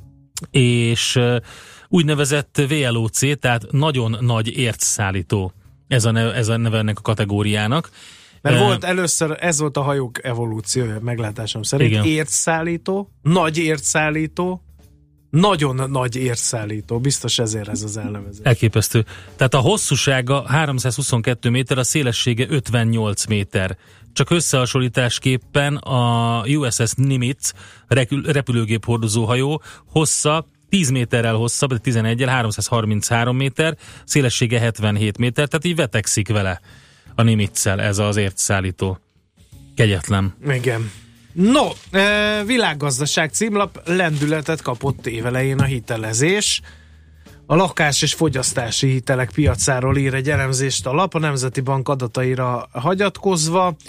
És uh, úgynevezett vé el o cé, tehát nagyon nagy értszállító. Ez a, neve, ez a neve ennek a kategóriának. Mert uh, volt először, ez volt a hajók evolúciója, meglátásom szerint. Igen. Értszállító, nagy értszállító, nagyon nagy értszállító. Biztos ezért ez az elnevezés. Elképesztő. Tehát a hosszúsága háromszázhuszonkettő méter, a szélessége ötvennyolc méter. Csak összehasonlításképpen a u es es Nimitz repülőgép hordozóhajó hossza tíz méterrel hosszabb, tizenegyel háromszázharminchárom méter, szélessége hetvenhét méter, tehát így vetekszik vele a Nimitz-szel ez az értszállító. Kegyetlen. Igen. No, e, világgazdaság címlap, lendületet kapott évelején a hitelezés. A lakás- és fogyasztási hitelek piacáról ír egy elemzést a lap, a Nemzeti Bank adataira hagyatkozva.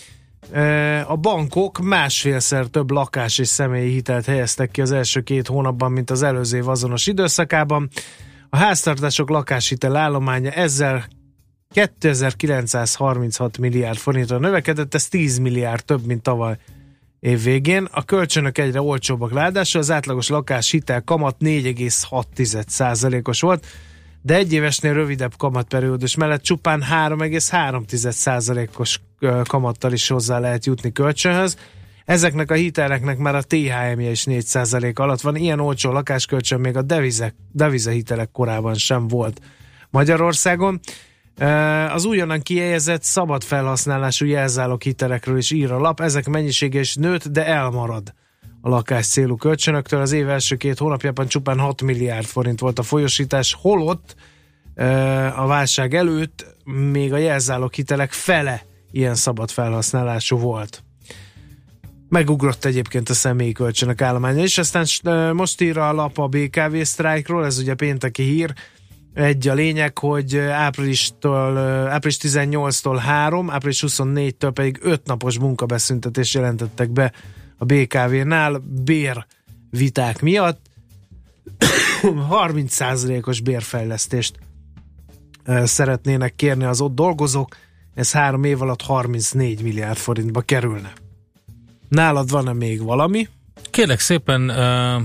A bankok másfélszer több lakás és személyi hitelt helyeztek ki az első két hónapban, mint az előző év azonos időszakában. A háztartások lakáshitel állománya ezzel kétezer-kilencszázharminchat milliárd forintra növekedett, ez tíz milliárd több, mint tavaly év végén. A kölcsönök egyre olcsóbbak, ráadásul az átlagos lakáshitel kamat négy egész hat százalékos volt, de egy évesnél rövidebb kamatperiódus mellett csupán három egész három százalékos kamattal is hozzá lehet jutni kölcsönhöz. Ezeknek a hiteleknek már a té há em-je is négy százalék alatt van, ilyen olcsó lakáskölcsön még a devize, devizahitelek korában sem volt Magyarországon. Az újonnan kijegyezett szabad felhasználású jelzálog hitelekről is ír a lap, ezek mennyisége is nőtt, de elmarad a lakás célú kölcsönöktől. Az év első két hónapjában csupán hat milliárd forint volt a folyosítás, holott a válság előtt még a jelzálog hitelek fele ilyen szabad felhasználású volt. Megugrott egyébként a személyi kölcsönök állománya is, aztán most ír a lap a bé ká vé sztrájkról, ez ugye pénteki hír. Egy a lényeg, hogy áprilistól, április tizennyolcadikától három, április huszonnégyedikétől pedig öt napos munkabeszüntetést jelentettek be a bé ká vé-nál bérviták miatt. harminc százalékos bérfejlesztést szeretnének kérni az ott dolgozók, ez három év alatt harmincnégy milliárd forintba kerülne. Nálad van-e még valami? Kérlek szépen uh,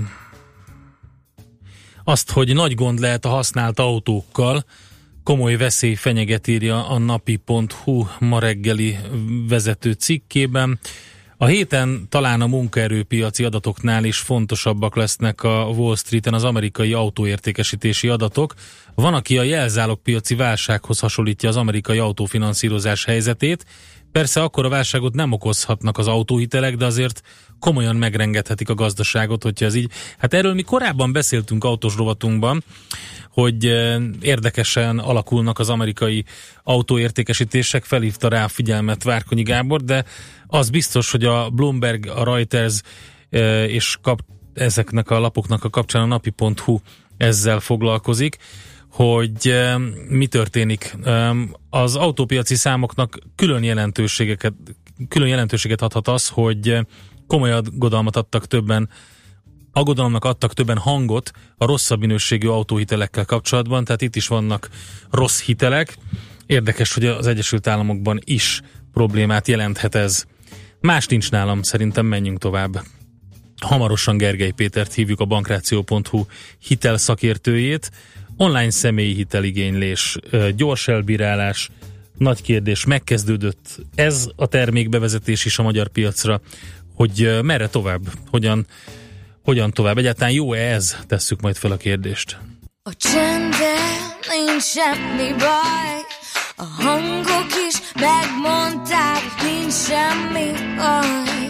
azt, hogy nagy gond lehet a használt autókkal, komoly veszély fenyeget, írja a napi pont hu ma reggeli vezető cikkében. A héten talán a munkaerőpiaci adatoknál is fontosabbak lesznek a Wall Streeten az amerikai autóértékesítési adatok. Van, aki a jelzálogpiaci válsághoz hasonlítja az amerikai autófinanszírozás helyzetét. Persze akkor a válságot nem okozhatnak az autóhitelek, de azért komolyan megrengethetik a gazdaságot, hogyha ez így. Hát erről mi korábban beszéltünk autós rovatunkban, hogy érdekesen alakulnak az amerikai autóértékesítések, felhívta rá a figyelmet Várkonyi Gábor, de az biztos, hogy a Bloomberg, a Reuters és kap, ezeknek a lapoknak a kapcsán a napi pont hu ezzel foglalkozik, hogy mi történik. Az autópiaci számoknak külön jelentőségeket, külön jelentőséget adhat az, hogy komoly aggodalmat adtak többen, aggodalomnak adtak többen hangot a rosszabb minőségű autóhitelekkel kapcsolatban, tehát itt is vannak rossz hitelek. Érdekes, hogy az Egyesült Államokban is problémát jelenthet ez. Más nincs nálam, szerintem menjünk tovább. Hamarosan Gergely Pétert hívjuk, a bankráció pont hu hitelszakértőjét. Online személyi hiteligénylés, gyors elbírálás, nagy kérdés, megkezdődött ez a termékbevezetés is a magyar piacra, hogy merre tovább, hogyan, hogyan tovább, egyáltalán jó-e ez? Tesszük majd fel a kérdést. A csendben nincs semmi baj, a hangok is megmondták, nincs semmi baj.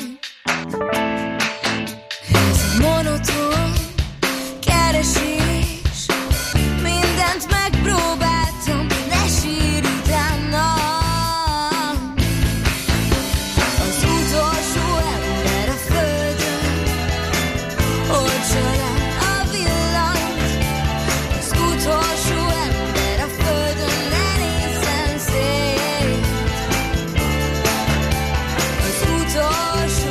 Ez a monoton keresés, mindent megpróbáltam, ne sírj utána. Az utolsó ember a földön, oltsa le a villanyt. Az utolsó ember a földön, ne nézzen szét. Az utolsó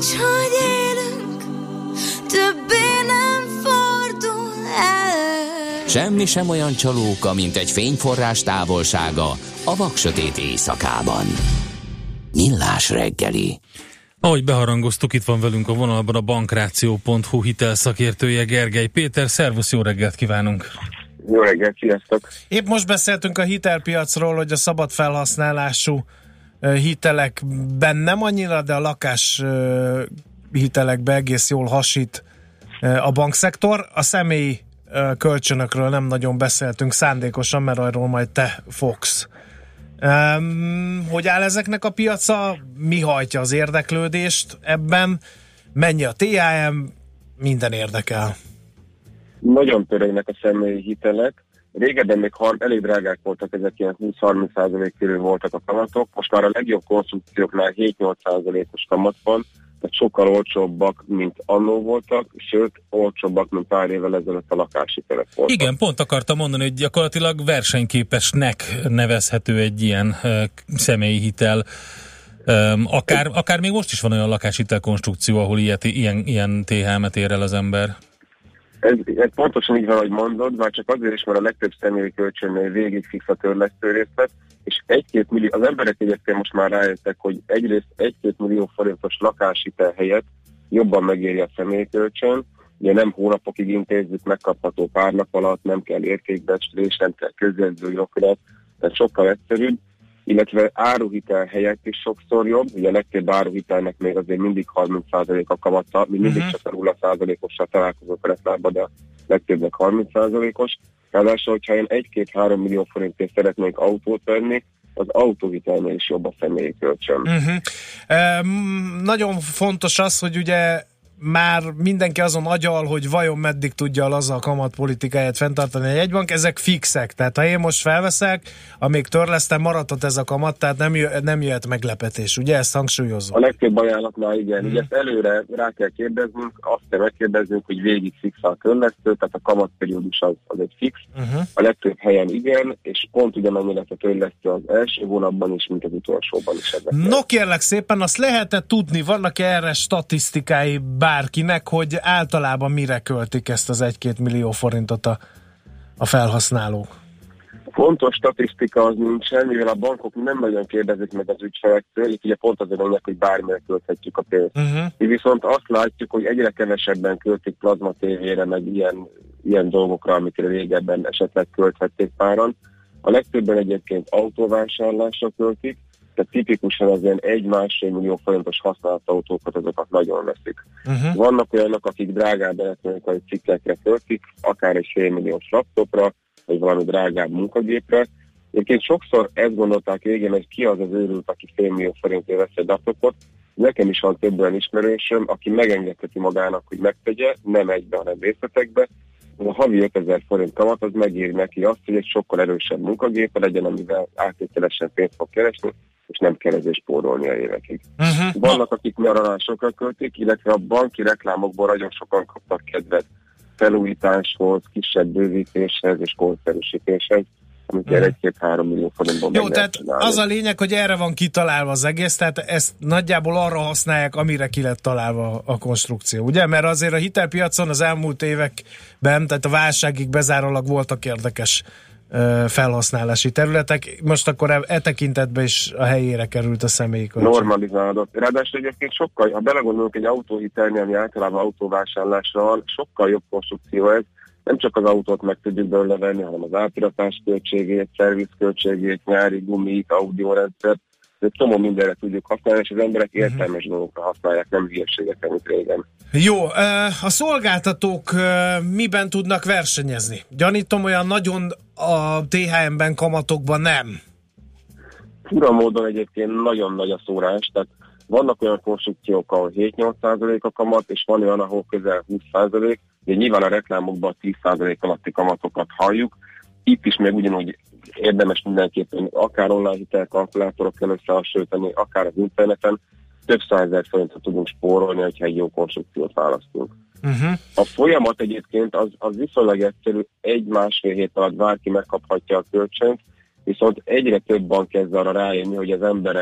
Taníts, hogy élünk, többé nem fordul el. Semmi sem olyan csalóka, mint egy fényforrás távolsága a vaksötét éjszakában. Millás reggeli. Ahogy beharangoztuk, itt van velünk a vonalban a bankráció pont hu hitelszakértője, Gergely Péter. Szervusz, jó reggelt kívánunk! Jó reggelt, sziasztok! Épp most beszéltünk a hitelpiacról, hogy a szabad felhasználású hitelekben nem annyira, de a lakás hitelekben egész jól hasít a bankszektor. A személyi kölcsönökről nem nagyon beszéltünk szándékosan, mert arról majd te fogsz. Um, hogy áll ezeknek a piaca? Mi hajtja az érdeklődést ebben? Mennyi a té á em? Minden érdekel. Nagyon pörögnek a személyi hitelek. Régebben még har- elég drágák voltak, ezek ilyen húsz-harminc százalék körül voltak a kamatok. Most már a legjobb konstrukcióknál hét-nyolc százalékos kamat van, tehát sokkal olcsóbbak, mint annó voltak, sőt, olcsóbbak, mint pár évvel ezelőtt a lakáshitelek voltak. Igen, pont akartam mondani, hogy gyakorlatilag versenyképesnek nevezhető egy ilyen uh, személyi hitel. Um, akár, akár még most is van olyan lakáshitel konstrukció, ahol ilyet, ilyen, ilyen té há em-et ér el az ember. Ez, ez pontosan így van, ahogy mondod, már csak azért is, mert a legtöbb személyi kölcsönnél végig fix a törlesztő részlet, és egy-két millió, az emberek egyébként most már rájöttek, hogy egyrészt egy-két millió forintos lakáshitel helyett jobban megéri a személyi kölcsön, ugye nem hónapokig intézzük, megkapható pár nap alatt, nem kell értékbecslés, nem kell közjegyzői okirat, tehát sokkal egyszerűbb, illetve áruhitel helyett is sokszor jobb, ugye a legtöbb áruhitelnek még azért mindig harminc százalék a kamata, mi mindig uh-huh. csak a nulla százalékossal találkozunk a reklámban, de a legtöbbnek harminc százalékos. Ráadásul, hogyha én egy-két-három millió forintért szeretnénk autót venni, az autóhitelnél is jobb a személyi kölcsön. Uh-huh. Um, nagyon fontos az, hogy ugye már mindenki azon agyal, hogy vajon meddig tudja a laza kamatpolitikáját fenntartani a jegybank, ezek fixek, tehát ha én most felveszek, amíg törlesztem, maradhat ez a kamat, tehát nem, jö, nem jöhet meglepetés, ugye ezt hangsúlyozom? A legtöbb ajánlatnál igen, hmm. ugye ezt előre rá kell kérdeznünk, azt kell megkérdeznünk, hogy végig fix a törlesztő, tehát a kamatperiódus az, az egy fix, uh-huh. a legtöbb helyen igen, és pont ugyanannyi lesz a törlesztő az első hónapban is, mint az utolsóban is. No kérlek szépen, azt lehet-e tudni, vannak erre statisztikái bárkinek, hogy általában mire költik ezt az egy-két millió forintot a, a felhasználók? Fontos statisztika az nincsen, mivel a bankok nem nagyon kérdezik meg az ügyfelektől, itt ugye pont azért mondják, hogy bármire költhetjük a pénzt. Uh-huh. Mi viszont azt látjuk, hogy egyre kevesebben költik plazma tévére, meg ilyen, ilyen dolgokra, amikre régebben esetleg költhették páran. A legtöbben egyébként autóvásárlásra költik, tehát tipikusan az ilyen egy-másfél millió forintos használt autókat, azokat nagyon veszik. Uh-huh. Vannak olyanok, akik drágább elektronikai cikkekre költik, akár egy félmilliós laptopra, vagy valami drágább munkagépre. Egyébként sokszor ezt gondolták régen, hogy ki az az őrült, aki félmillió forintért vesz egy laptopot. Nekem is van több olyan ismerősöm, aki megengedheti magának, hogy megtegye, nem egybe, hanem részletekbe. A havi ötezer forint kamat az megéri neki azt, hogy egy sokkal erősebb munkagépe legyen, amivel áttételesen pénzt fog keresni, és nem kell ezért spórolni a évekig. Uh-huh. Vannak, akik nyaralásokra költik, illetve a banki reklámokból nagyon sokan kaptak kedvet felújításhoz, kisebb bővítéshez és korszerűsítéshez, amit uh-huh. egy-két-három millió forintból meg Jó, tehát az a lényeg, hogy erre van kitalálva az egész, tehát ezt nagyjából arra használják, amire ki lett találva a konstrukció, ugye? Mert azért a hitelpiacon az elmúlt években, tehát a válságig bezárólag voltak érdekes felhasználási területek. Most akkor e, e tekintetben is a helyére került a személyi kölcsön. Normalizálódott. Ráadásul egyébként sokkal, ha belegondolunk egy autóhitelni, ami általában autóvásárlásra van, sokkal jobb konstrukció ez. Nem csak az autót meg tudjuk belőle venni, hanem az átiratás költségét, szervizköltségét, nyári gumit, audiórendszert. Egy csomó mindenre tudjuk használni, és az emberek értelmes uh-huh. dolgokra használják, nem hülyeségek, mint régen. Jó, a szolgáltatók miben tudnak versenyezni? Gyanítom, olyan nagyon a té há em-ben kamatokban nem. Fura módon egyébként nagyon nagy a szórás, tehát vannak olyan konstrukciók, ahol hét-nyolc százalék a kamat, és van olyan, ahol közel húsz százalék, de nyilván a reklámokban tíz százalék alatti kamatokat halljuk. Itt is még ugyanúgy érdemes mindenképpen akár online hitelkalkulátorokkal összehasonlítani, akár az interneten, több százezer forintot tudunk spórolni, hogyha egy jó konstrukciót választunk. Uh-huh. A folyamat egyébként az, az viszonylag egyszerű, egy-másfél hét alatt bárki megkaphatja a kölcsönt, viszont egyre több bank kezd arra rájönni, hogy az emberek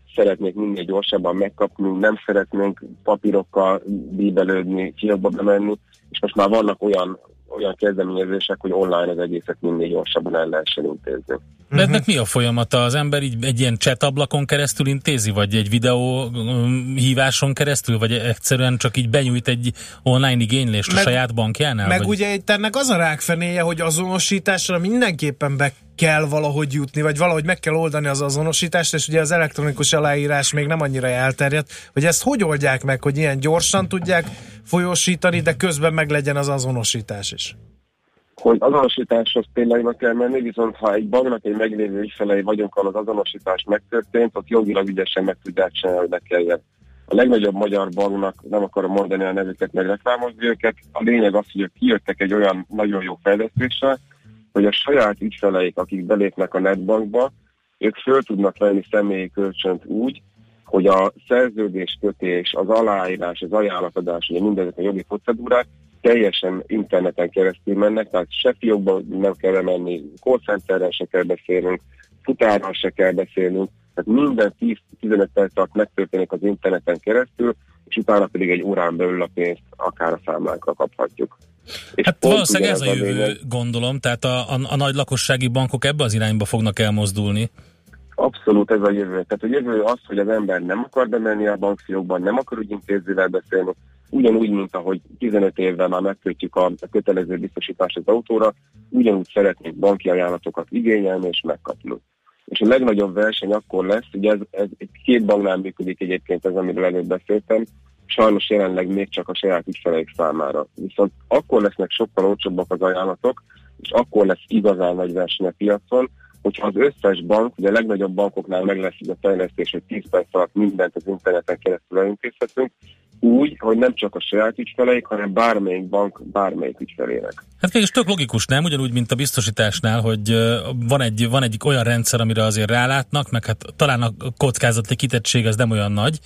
szeretnék minél gyorsabban megkapni, nem szeretnénk papírokkal bíbelődni, fiakba bemenni, és most már vannak olyan, olyan kezdeményezések, hogy online az egészet minél gyorsabban el lehessen intézni. De ennek mi a folyamata? Az ember így egy ilyen chat ablakon keresztül intézi, vagy egy videó um, híváson keresztül, vagy egyszerűen csak így benyújt egy online igénylést meg, a saját bankjánál? Meg vagy? ugye itt ennek az a rákfenéje, hogy azonosításra mindenképpen be kell valahogy jutni, vagy valahogy meg kell oldani az azonosítást, és ugye az elektronikus aláírás még nem annyira elterjedt, hogy ezt hogy oldják meg, hogy ilyen gyorsan tudják folyósítani, de közben meg legyen az azonosítás is. Hogy azonosításhoz tényleg meg kell menni, viszont ha egy banknak egy meglévő ügyfelei vagyonkkal az azonosítás megtörtént, ott jogilag ügyesen meg tudják csinálni, hogy ne kelljen. A legnagyobb magyar banknak, nem akarom mondani a nevüket, meg reklámozni őket, a lényeg az, hogy ők kijöttek egy olyan nagyon jó fejlesztéssel, hogy a saját ügyfeleik, akik belépnek a netbankba, ők föl tudnak venni személyi kölcsönt úgy, hogy a szerződéskötés, az aláírás, az ajánlatadás, ugye mindezek a jogi procedúrák teljesen interneten keresztül mennek, tehát se fiókban nem kell menni, call centerrel se kell beszélnünk, futárral se kell beszélnünk, tehát minden tíz-tizenöt perc alatt megtörténik az interneten keresztül, és utána pedig egy órán belül a pénzt akár a számlánkra kaphatjuk. És hát valószínűleg ez a jövő, lényeg, gondolom, tehát a, a, a nagy lakossági bankok ebbe az irányba fognak elmozdulni. Abszolút ez a jövő. Tehát a jövő az, hogy az ember nem akar bemenni a bankfiókban, nem akar ügyintézővel beszélni, ugyanúgy, mint ahogy tizenöt évvel már megkötjük a, a kötelező biztosítást az autóra, ugyanúgy szeretnénk banki ajánlatokat igényelni és megkapni. És a legnagyobb verseny akkor lesz, ugye ez, ez két banknál működik egyébként ez, amiről előbb beszéltem, sajnos jelenleg még csak a saját ügyfeleik számára. Viszont akkor lesznek sokkal olcsóbbak az ajánlatok, és akkor lesz igazán nagy verseny a piacon, hogyha az összes bank, ugye a legnagyobb bankoknál meg lesz a fejlesztés, hogy tíz perc alatt mindent az interneten keresztül elintézhetünk, úgy, hogy nem csak a saját ügyfeleik, hanem bármelyik bank bármelyik ügyfelének. Hát mégis tök logikus, nem? Ugyanúgy, mint a biztosításnál, hogy van egy, van egy olyan rendszer, amire azért rálátnak, meg hát talán a kockázati kitettség az nem olyan nagy.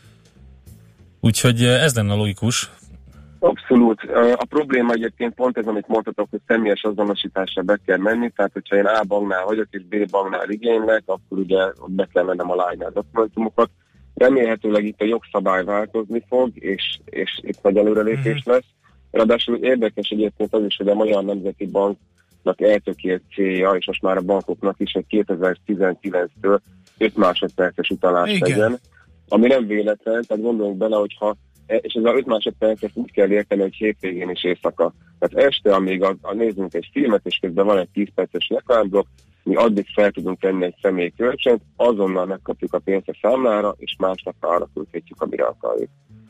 Úgyhogy ez lenne logikus. Abszolút. A probléma egyébként pont ez, amit mondhatok, hogy személyes azonosításra be kell menni, tehát hogyha én A banknál vagyok és B banknál igénylek, akkor ugye be kell mennem aláírni a dokumentumokat. Remélhetőleg itt a jogszabály változni fog, és, és itt nagy előrelépés lesz. Ráadásul érdekes egyébként az is, hogy a Magyar Nemzeti Banknak eltökélt célja, és most már a bankoknak is, hogy kétezer-tizenkilenctől öt másodperces utalást tegyen, ami nem véletlen, tehát gondolunk bele, hogyha és ez a öt másodpercet úgy kell érteni, hogy hétvégén is éjszaka. Tehát este, amíg a, a nézzünk egy filmet, és közben van egy tíz perces reklámblokk, mi addig fel tudunk tenni egy személyi kölcsönt, azonnal megkapjuk a pénzt a számlára, és másnap arra küldhetjük, amire akarjuk.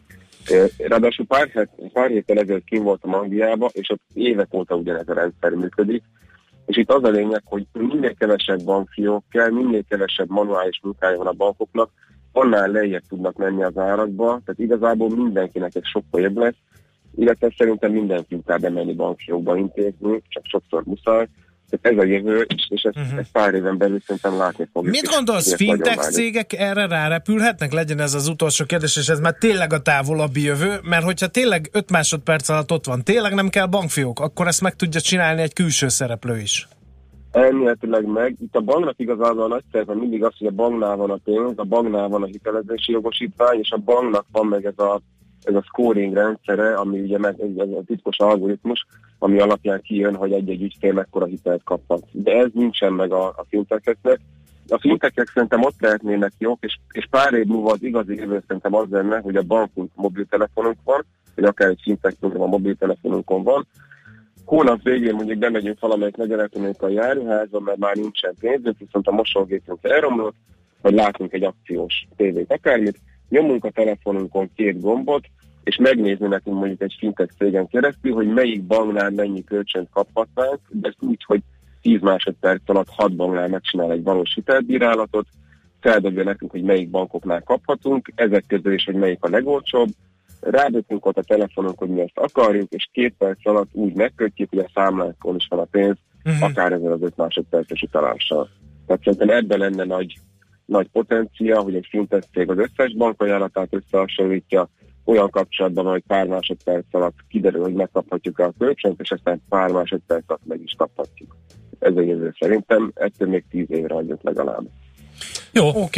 Ráadásul pár, het, pár héttel ezelőtt kint voltam Angliába, és ott évek óta ugyanez a rendszer működik, és itt az a lényeg, hogy minél kevesebb bankfiók kell, minél kevesebb manuális munkája van a bankoknak, annál lejjebb tudnak menni az árakba, tehát igazából mindenkinek ez sokkal jobb lesz, illetve szerintem mindenki inkább bemenni bankfiókba intézni, csak sokszor muszáj. Tehát ez a jövő, és ezt, uh-huh. ezt pár éven belül szerintem látni fogjuk. Mit gondolsz, fintech cégek erre rárepülhetnek? Legyen ez az utolsó kérdés, és ez már tényleg a távolabbi jövő, mert hogyha tényleg öt másodperc alatt ott van, tényleg nem kell bankfiók, akkor ezt meg tudja csinálni egy külső szereplő is. Elméletileg meg. Itt a banknak igazából a nagy szerve mindig az, hogy a banknál van a pénz, a banknál van a hitelezési jogosítvány, és a banknak van meg ez a, ez a scoring rendszere, ami ugye meg ez a titkos algoritmus, ami alapján kijön, hogy egy-egy ügyfél mekkora hitelt kaphat. De ez nincsen meg a, a fintecheknek. A fintechek szerintem ott lehetnének jók, és, és pár év múlva az igazi jövő szerintem az lenne, hogy a bankunk mobiltelefonunk van, vagy akár egy fintech program a mobiltelefonunkon van. Hónap végén mondjuk bemegyünk valamelyik nagy elektronikai járuházba, mert már nincsen pénzünk, viszont a mosógépünk elromlott, vagy látunk egy akciós tévét, akármit, nyomunk a telefonunkon két gombot, és megnézni nekünk mondjuk egy fintech cégen keresztül, hogy melyik banknál mennyi kölcsönt kaphatnánk, de ezt úgy, hogy tíz másodperc alatt hat banknál megcsinál egy valós hitelbírálatot, feldobja nekünk, hogy melyik bankoknál kaphatunk, ezek közül is, hogy melyik a legolcsóbb, rádöttünk ott a telefonunk, hogy mi ezt akarjuk, és két perc alatt úgy megkötjük, hogy a számlánkon is van a pénz, uh-huh. akár ezzel az öt másodperces utalással. Tehát szerintem ebben lenne nagy, nagy potencia, hogy egy fintech cég az összes bankajánlatát összehasonlítja, olyan kapcsolatban, hogy pár másodperc alatt kiderül, hogy megkaphatjuk a kölcsönt, és aztán pár másodperc alatt meg is kaphatjuk. Ez a jövő szerintem, ettől még tíz évre adjuk legalább. Jó, oké. Okay.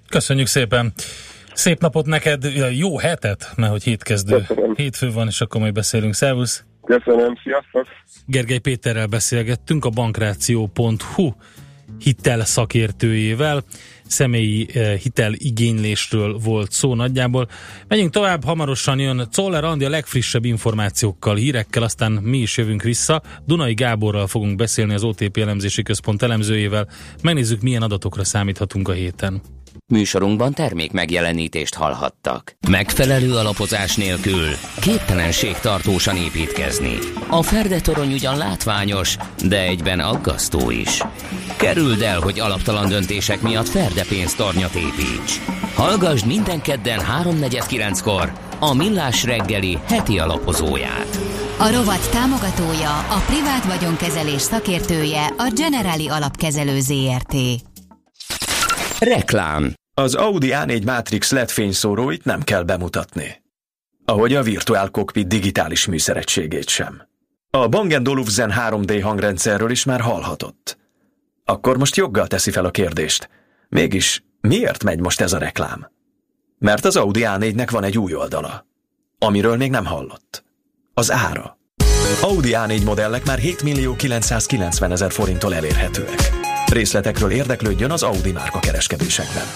Köszönjük szépen. Szép napot neked, jó hetet, mert hogy hétkezdő. Köszönöm. Hétfő van, és akkor majd beszélünk. Szervusz! Köszönöm, sziasztok! Gergely Péterrel beszélgettünk, a bankráció pont hu hitel szakértőjével. Személyi eh, hiteligénylésről volt szó nagyjából. Menjünk tovább, hamarosan jön Czoller Andi a legfrissebb információkkal, hírekkel, aztán mi is jövünk vissza. Dunai Gáborral fogunk beszélni, az o té pé elemzési központ elemzőjével. Megnézzük, milyen adatokra számíthatunk a héten. Műsorunkban termék megjelenítést hallhattak. Megfelelő alapozás nélkül képtelenség tartósan építkezni. A Ferdetorony ugyan látványos, de egyben aggasztó is. Kerüld el, hogy alaptalan döntések miatt Ferde pénztornyot építs. Hallgasd minden kedden háromnegyed kilenckor a Millás reggeli heti alapozóját. A rovat támogatója, a privát vagyonkezelés szakértője, a Generali Alapkezelő zé er té. Reklám. Az Audi á négy Matrix el é dé fényszóróit nem kell bemutatni. Ahogy a Virtual Cockpit digitális műszeregységét sem. A Bang and Olufsen három dé hangrendszerről is már hallhatott. Akkor most joggal teszi fel a kérdést. Mégis miért megy most ez a reklám? Mert az Audi á négynek van egy új oldala, amiről még nem hallott. Az ára. Audi á négy modellek már hétmillió kilencszázkilencvenezer forinttól elérhetőek. Részletekről érdeklődjön az Audi márka kereskedésekben.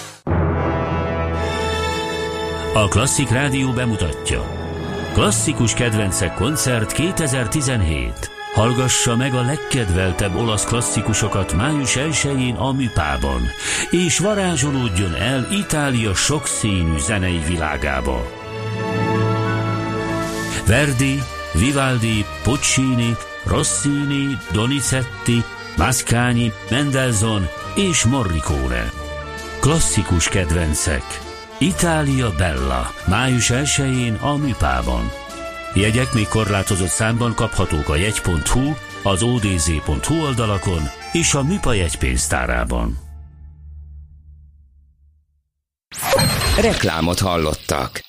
A Klasszik Rádió bemutatja. Klasszikus kedvencek koncert kétezer-tizenhét. Hallgassa meg a legkedveltebb olasz klasszikusokat május elsején a Műpában, és varázsolódjon el Itália sokszínű zenei világába. Verdi, Vivaldi, Puccini, Rossini, Donizetti, Mascagni, Mendelssohn és Morricone. Klasszikus kedvencek. Itália Bella. május elsején a Műpában. Jegyek még korlátozott számban kaphatók a jegy pont hu, az o dé zé pont hu oldalakon és a Műpa jegypénztárában. Reklámot hallottak.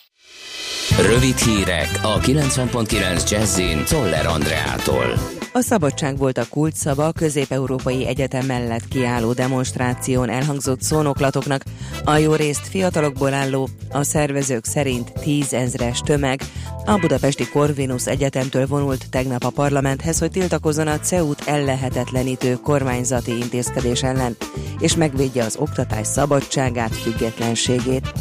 Rövid hírek a kilencven pont kilenc Jazzin Czoller Andreától. A szabadság volt a kulcsszava a Közép-Európai Egyetem mellett kiálló demonstráción elhangzott szónoklatoknak. A jó részt fiatalokból álló, a szervezők szerint tízezres tömeg a budapesti Corvinus Egyetemtől vonult tegnap a parlamenthez, hogy tiltakozzon a cé e u-t ellehetetlenítő kormányzati intézkedés ellen, és megvédje az oktatás szabadságát, függetlenségét.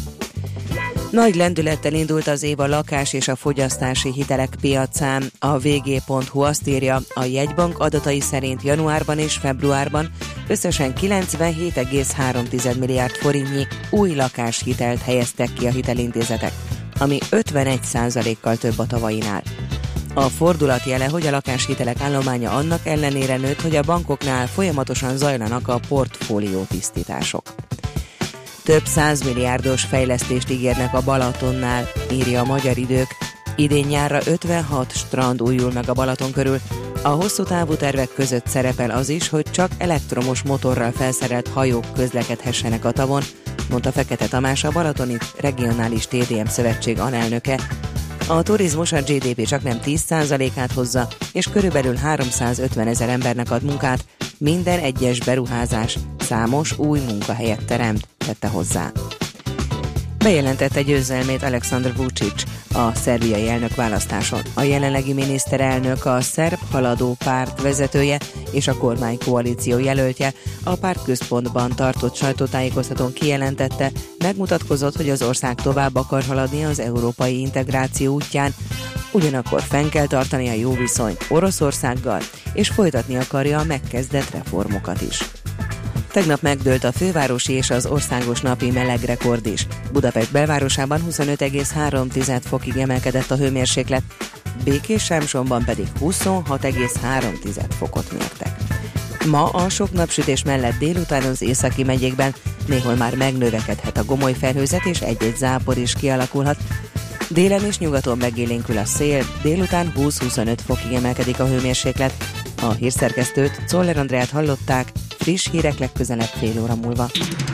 Nagy lendülettel indult az év a lakás és a fogyasztási hitelek piacán. A vé gé pont hu azt írja, a jegybank adatai szerint januárban és februárban összesen kilencvenhét egész három milliárd forintnyi új lakáshitelt helyeztek ki a hitelintézetek, ami ötvenegy százalékkal több a tavainál. A fordulat jele, hogy a lakáshitelek állománya annak ellenére nőtt, hogy a bankoknál folyamatosan zajlanak a portfólió tisztítások. Több százmilliárdos fejlesztést ígérnek a Balatonnál, írja a Magyar Idők. Idén nyárra ötvenhat strand újul meg a Balaton körül. A hosszú távú tervek között szerepel az is, hogy csak elektromos motorral felszerelt hajók közlekedhessenek a tavon, mondta Fekete Tamás, a Balatoni Regionális té dé em Szövetség alelnöke. A turizmus a gé dé pé csak nem tíz százalékát hozza, és körülbelül háromszázötven ezer embernek ad munkát, minden egyes beruházás számos új munkahelyet teremt, tette hozzá. Bejelentette győzelmét Aleksandr Vučić, a szerbiai elnök választáson. A jelenlegi miniszterelnök a szerb haladó párt vezetője és a kormánykoalíció jelöltje. A pártközpontban tartott sajtótájékoztatón kijelentette, megmutatkozott, hogy az ország tovább akar haladni az európai integráció útján, ugyanakkor fenn kell tartani a jó viszonyt Oroszországgal, és folytatni akarja a megkezdett reformokat is. Tegnap megdőlt a fővárosi és az országos napi melegrekord is. Budapest belvárosában huszonöt egész három fokig emelkedett a hőmérséklet, Békés-Sámsonban pedig huszonhat egész három fokot mértek. Ma a sok napsütés mellett délután az északi megyékben néhol már megnövekedhet a gomoly felhőzet, és egy-egy zápor is kialakulhat. Délen és nyugaton megélénkül a szél, délután húsz-huszonöt fokig emelkedik a hőmérséklet. A hírszerkesztőt, Czoller Andreát hallották, friss hírek legközelebb fél óra múlva.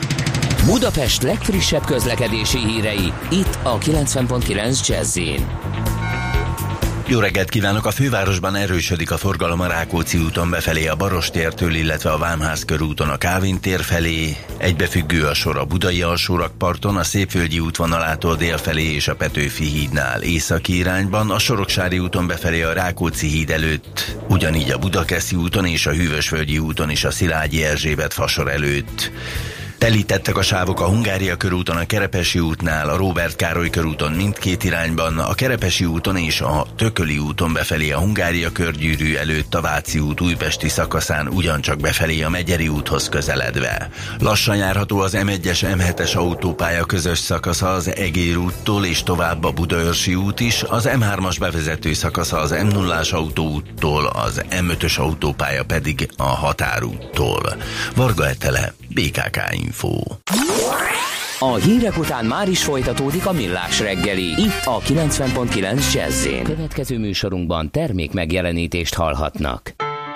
Budapest legfrissebb közlekedési hírei, itt a kilencven pont kilenc Jazz-in. Jó reggelt kívánok! A fővárosban erősödik a forgalom a Rákóczi úton befelé a Barostértől, illetve a Vámház körúton a Kálvin tér felé. Egybefüggő a sor a Budai alsórakparton, a Szépvölgyi útvonalától délfelé és a Petőfi hídnál északi irányban, a Soroksári úton befelé a Rákóczi híd előtt, ugyanígy a Budakeszi úton és a Hűvösvölgyi úton is a Szilágyi Erzsébet fasor előtt. Telítettek a sávok a Hungária körúton, a Kerepesi útnál, a Róbert Károly körúton mindkét irányban, a Kerepesi úton és a Tököli úton befelé a Hungária körgyűrű előtt, a Váci út újpesti szakaszán ugyancsak befelé a Megyeri úthoz közeledve. Lassan járható az em egyes em hetes autópálya közös szakasza az Egér úttól és tovább a Budaörsi út is, az em hármas bevezető szakasza az em nullás autóúttól, az em ötös autópálya pedig a Határúttól. Varga Etele, bé ká ká Info. A hírek után már is folytatódik a Millás reggeli, itt a kilencven pont kilenc Jazz-én. Következő műsorunkban termék megjelenítést hallhatnak.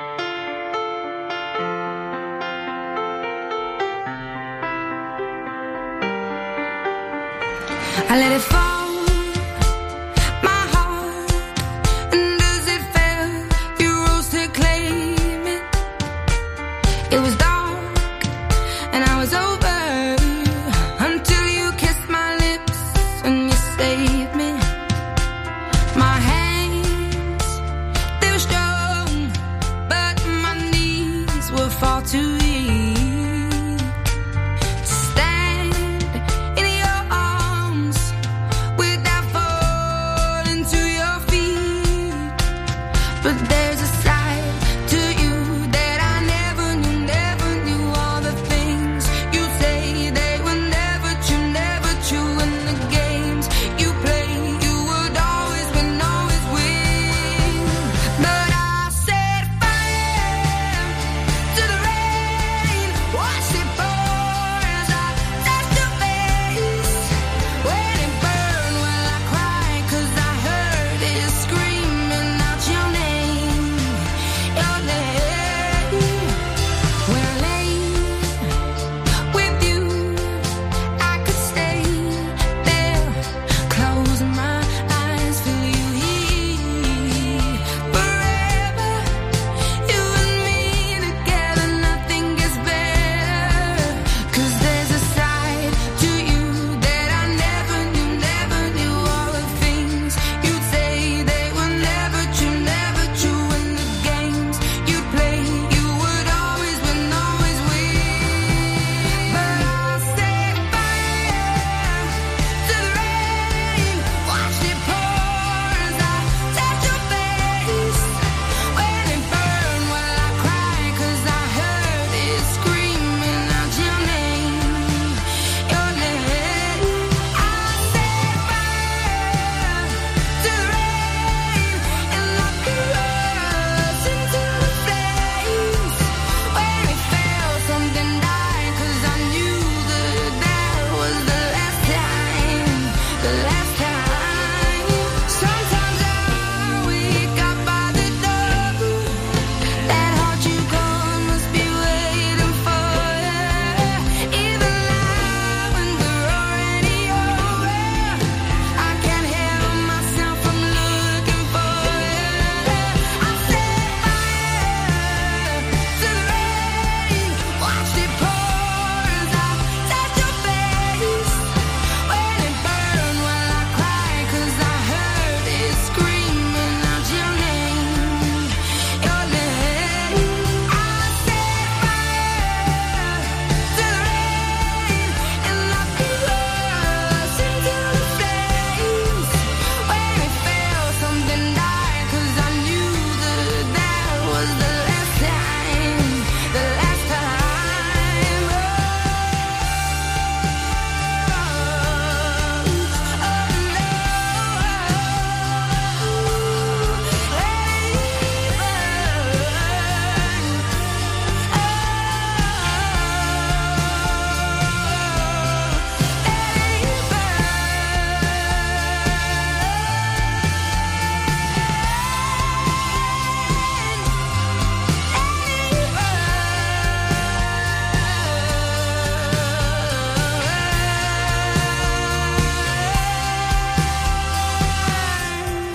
I let it fall.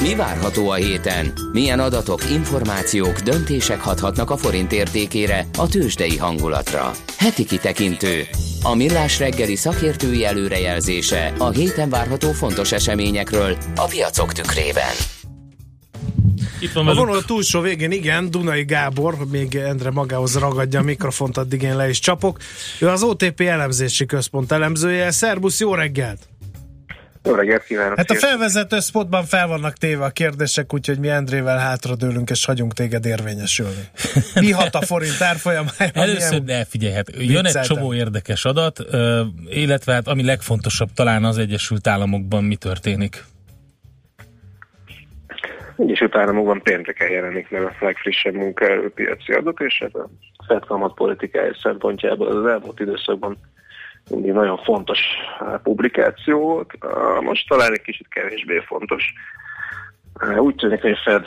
Mi várható a héten? Milyen adatok, információk, döntések hathatnak a forint értékére, a tőzsdei hangulatra? Heti kitekintő. A Millás reggeli szakértői előrejelzése a héten várható fontos eseményekről a piacok tükrében. Itt van a vonal túlsó végén, igen, Dunai Gábor, még Endre magához ragadja a mikrofont, addig én le is csapok. Ő az o té pé elemzési központ elemzője. Szerbusz, jó reggelt! Jó reggelt kívánok! Hát a felvezető spotban fel vannak téve a kérdések, úgyhogy mi Endrével hátradőlünk, és hagyunk téged érvényesülni. Mi hat a forint árfolyamára? Először, de figyelj, hát jön egy csomó érdekes adat, illetve hát ami legfontosabb talán az Egyesült Államokban mi történik. Egyesült Államokban pénteken jelenik meg a legfrissebb munkaerőpiaci adat, és ez a Fed kamatpolitikája szempontjából az elmúlt időszakban mindig nagyon fontos publikáció volt. Most talán egy kicsit kevésbé fontos. Úgy tűnik, hogy a Fed,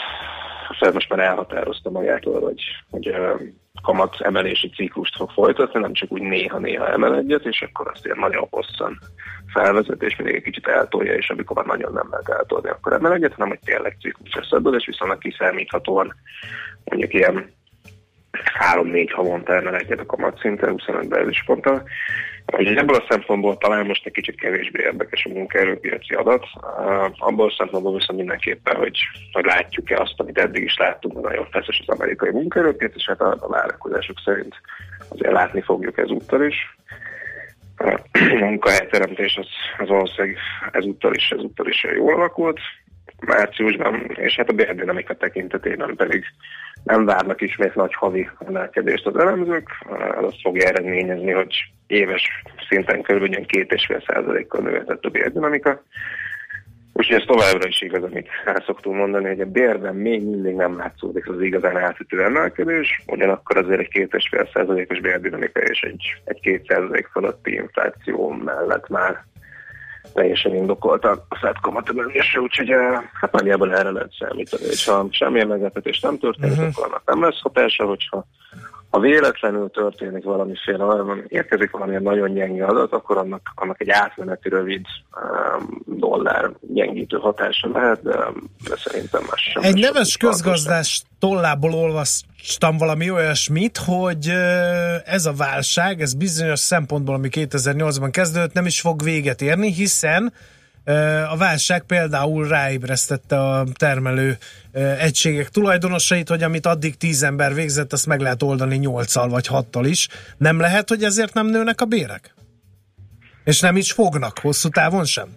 a Fed most már elhatározta magától, hogy, hogy kamat emelési ciklust fog folytatni, nem csak úgy néha-néha emel egyet, és akkor azt ilyen nagyon hosszan felvezet, és mindig egy kicsit eltolja, és amikor már nagyon nem lehet eltolni, akkor emel egyet, hanem hogy tényleg ciklus lesz ebből, és viszonylag kiszámíthatóan mondjuk ilyen három-négy havonta emel egyet a kamat szinten, huszonöt bázisponttal. Úgyhogy ebből a szempontból talán most egy kicsit kevésbé érdekes a munkaerőpiaci adat. Abból a szempontból viszont mindenképpen, hogy, hogy látjuk-e azt, amit eddig is láttunk, hogy nagyon feszes az amerikai munkaerőpiac, és hát a, a várakozások szerint azért látni fogjuk ezúttal is. A munkahelyteremtés az, az valószínűleg ezúttal is, ezúttal is jól alakult márciusban, és hát a bérdinamika tekintetében pedig nem várnak ismét nagy havi emelkedést az elemzők. Ez azt fogja eredményezni, hogy éves szinten körülbelül két és fél százalékkal növekedett a bérdinamika. Úgyhogy ez továbbra is igaz, amit el szoktunk mondani, hogy a bérben még mindig nem látszódik az igazán átütő emelkedés, ugyanakkor azért egy két és fél százalékos bérdinamika és egy, egy két százalék fölötti infláció mellett már teljesen indokolt a Fed kamatemelésre, úgyhogy hát nagyjából erre lehet számítani, és ha semmilyen meglepetés nem történik, uh-huh. akkor annak nem lesz hatása, hogyha ha véletlenül történik valamiféle, olyan, érkezik valamilyen nagyon gyenge adat, akkor annak, annak egy átmeneti rövid um, dollár gyengítő hatása lehet, de, de szerintem más sem. Egy neves közgazdás tollából olvastam valami olyasmit, hogy ez a válság, ez bizonyos szempontból, ami kétezer-nyolcban kezdődött, nem is fog véget érni, hiszen a válság például ráébresztette a termelő egységek tulajdonosait, hogy amit addig tíz ember végzett, azt meg lehet oldani nyolccal vagy hattal is. Nem lehet, hogy ezért nem nőnek a bérek? És nem is fognak, hosszú távon sem?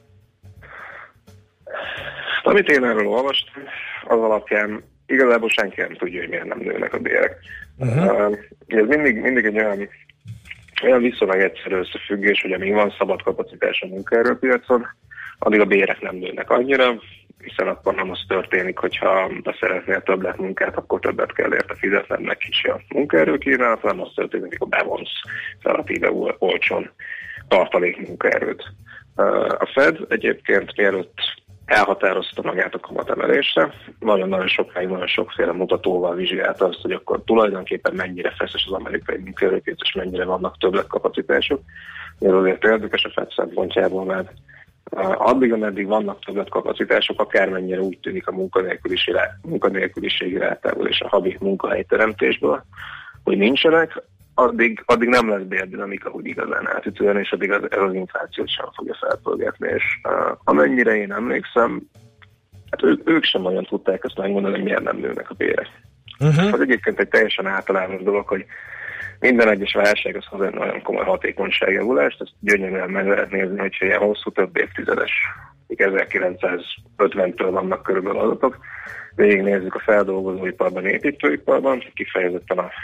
Amit én erről olvastam, az alapján igazából senki nem tudja, hogy miért nem nőnek a bérek. Uh-huh. Ez mindig, mindig egy olyan, olyan viszonylag egyszerű összefüggés, hogy amíg van szabad kapacitás a munkaerőpiacon, addig a bérek nem nőnek annyira, hiszen akkor nem az történik, hogyha szeretnél többlet munkát, akkor többet kell érte fizetned, meg kicsi a munkaerőkínálat, hanem az történik, amikor bevonsz relatíve olcsón tartalék munkaerőt. A Fed egyébként mielőtt elhatározta magát a kamatemelésre, nagyon-nagyon sokáig, nagyon sokféle mutatóval vizsgálta azt, hogy akkor tulajdonképpen mennyire feszes az amerikai munkaerőpiac, és mennyire vannak többletkapacitások. Miért azért érdekes a Fed szempontjából, mert addig, ameddig vannak többletkapacitások, akármennyire úgy tűnik a munkanélküliségi rátából és a havi munkahelyteremtésből, hogy nincsenek, addig, addig nem lesz bérdinamika úgy igazán átütően, és addig az, ez az inflációt sem fogja felpörgetni. És uh, amennyire én emlékszem, hát ők, ők sem nagyon tudták ezt megmondani, hogy miért nem nőnek a bérek. Uh-huh. Az egyébként egy teljesen általános dolog, hogy minden egyes válság az hoz egy nagyon komoly hatékonyságjavulást, ezt gyönyörűen meg lehet nézni, hogyha ilyen hosszú, több évtizedes, ezerkilencszázötventől vannak körülbelül adatok. Végignézzük a feldolgozóiparban, építőiparban, kifejezetten a,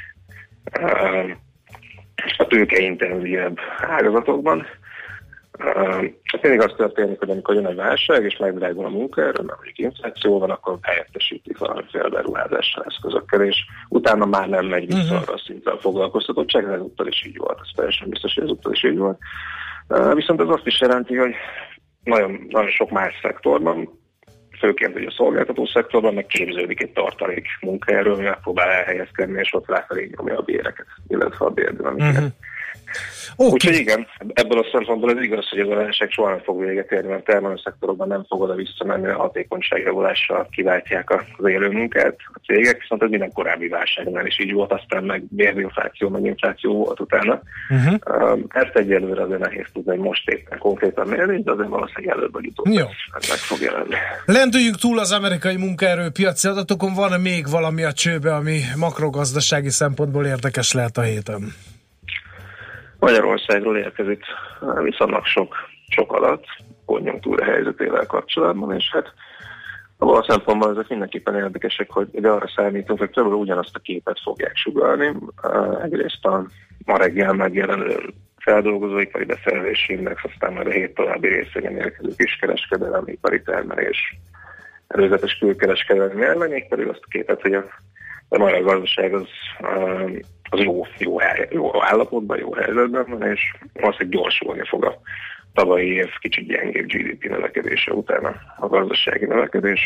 a tőkeintenzívebb ágazatokban. Hát mindig az történik, hogy amikor jön egy válság, és megdrágul a munkaerő, mert mondjuk infláció van, akkor helyettesítik valamiféle beruházással, eszközökkel, és utána már nem megy vissza arra a szinten a foglalkoztatottság, ezúttal is így volt, ez teljesen biztos, hogy ezúttal is így volt. Viszont ez azt is jelenti, hogy nagyon, nagyon sok más szektorban, főként ugye a szolgáltató szektorban megképződik egy tartalék munkaerő, ami megpróbál elhelyezkedni, és ott ráfelé nyomja a béreket, illetve a bérdinamikát. Uh-huh. Okay. Úgyhogy igen, ebből a szempontból ez igaz, hogy ez a válság soha nem fog véget érni, mert termelőszektorokban nem fog oda visszamenni, a hatékonyságjavulással kiváltják az élő munkát a cégek, viszont ez minden korábbi válságnál is így volt, aztán meg bérinfláció, meg infláció volt utána. Uh-huh. Ezt egyelőre azért nehéz tudni, hogy most éppen konkrétan mérni, de azért valószínűleg előbb vagy utóbb ez meg fog jelenni. Lendüljünk túl az amerikai munkaerőpiaci adatokon, van-e még valami a csőbe, ami makrogazdasági szempontból érdekes lehet a héten? Magyarországról érkezik viszonylag sok, sok adat konjunktúra helyzetével kapcsolatban, és hát abban a szempontból ezek mindenképpen érdekesek, hogy ide arra számítunk, hogy körülbelül ugyanazt a képet fogják sugallni. Egyrészt a ma reggel megjelenő feldolgozóipari beszerzési index, aztán majd a hét további részegen érkező kiskereskedelmi, ipari termelés, előzetes külkereskedelmi mérlenyék, pedig azt a képet, hogy a, a magyar gazdaság az az jó, jó, hely, jó állapotban, jó helyzetben van, és valószínűleg gyorsulni fog a tavalyi év kicsit gyengébb gé dé pé növekedése után a, a gazdasági növekedés.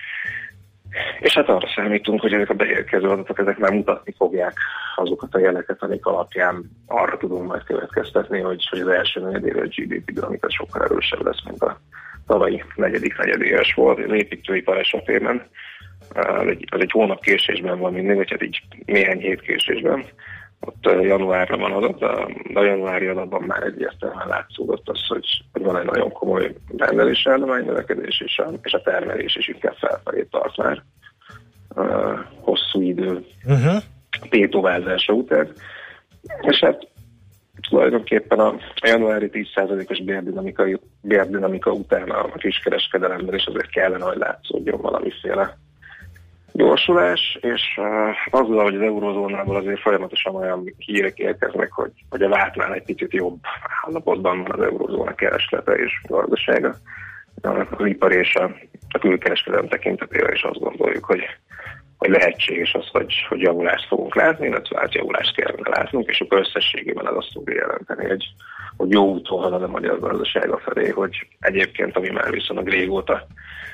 És hát arra számítunk, hogy ezek a beérkező adatok ezek már mutatni fogják azokat a jeleket, amik alapján arra tudunk majd következtetni, hogy, hogy az első negyedéves gé dé pé dinamika sokkal erősebb lesz, mint a tavalyi negyedik negyedéves volt. Az építőipar esetében az egy, az egy hónap késésben van mindig, vagy hát így néhány hét késésben. Ott januárra van adat, de a januári adatban már egyértelműen látszódott az, hogy, hogy van egy nagyon komoly rendelési állomány növekedés, és a, és a termelés is inkább felfelé tart már uh, hosszú idő uh-huh. tétovázása után. És hát tulajdonképpen a, a januári tíz százalékos bérdinamika, bérdinamika után a kiskereskedelemben is azért kellene, hogy látszódjon valamiféle gyorsulás, és uh, azzal, hogy az eurozónából azért folyamatosan olyan hírek érkeznek, hogy, hogy a vártnál egy picit jobb állapotban van az eurozóna kereslete és gazdasága. Az ipar és a, a külkereskedelem tekintetére is azt gondoljuk, hogy, hogy lehetséges az, hogy, hogy javulást fogunk látni, illetve hát javulást kellene látnunk, és akkor összességében ez azt fogja jelenteni, hogy, hogy jó úton halad a magyar gazdasága felé, hogy egyébként, ami már viszonylag régóta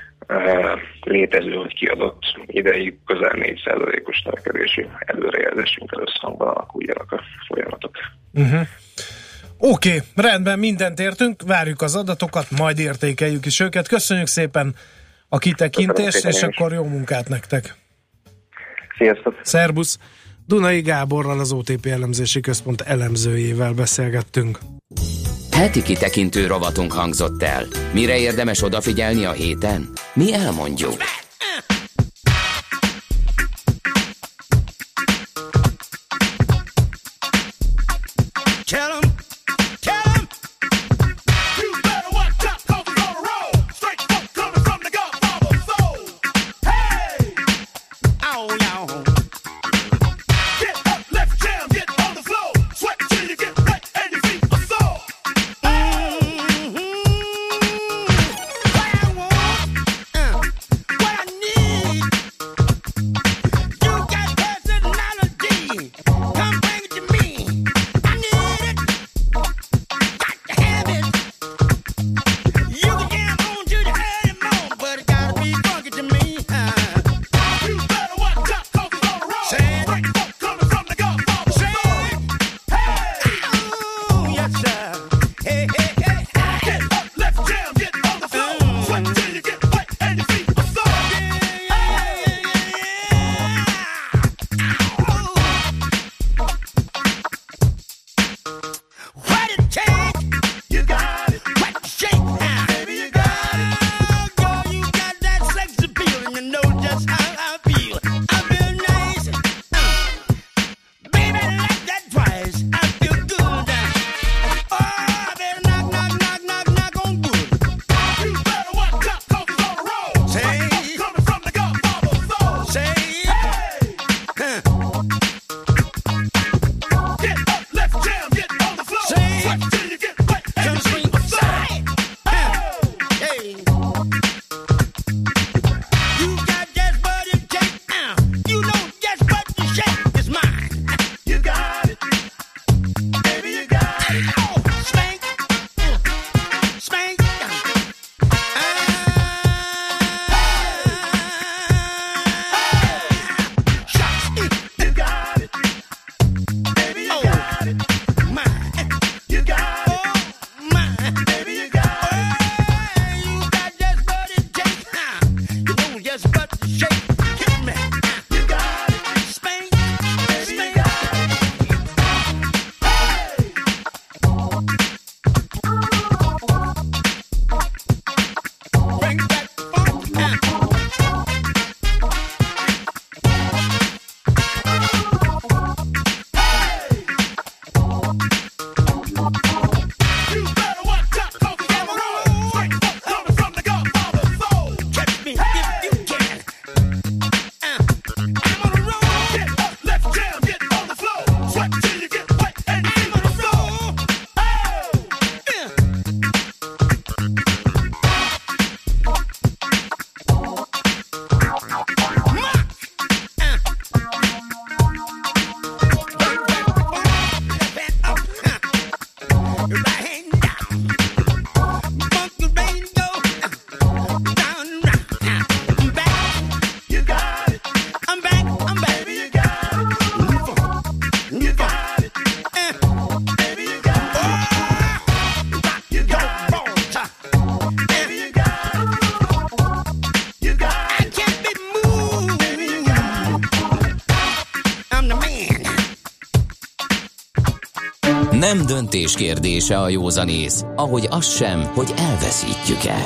létező, hogy kiadott idei közel négy százalékos növekedési előrejelzésünkkel összhangban alakuljanak a folyamatok. Uh-huh. Oké, okay, rendben, mindent értünk, várjuk az adatokat, majd értékeljük is őket. Köszönjük szépen a kitekintést, és akkor jó munkát nektek! Sziasztok! Szerbusz! Dunai Gáborral, az o té pé elemzési központ elemzőjével beszélgettünk. Heti kitekintő rovatunk hangzott el. Mire érdemes odafigyelni a héten? Mi elmondjuk. Nem döntés kérdése a józanész, ahogy az sem, hogy elveszítjük-e.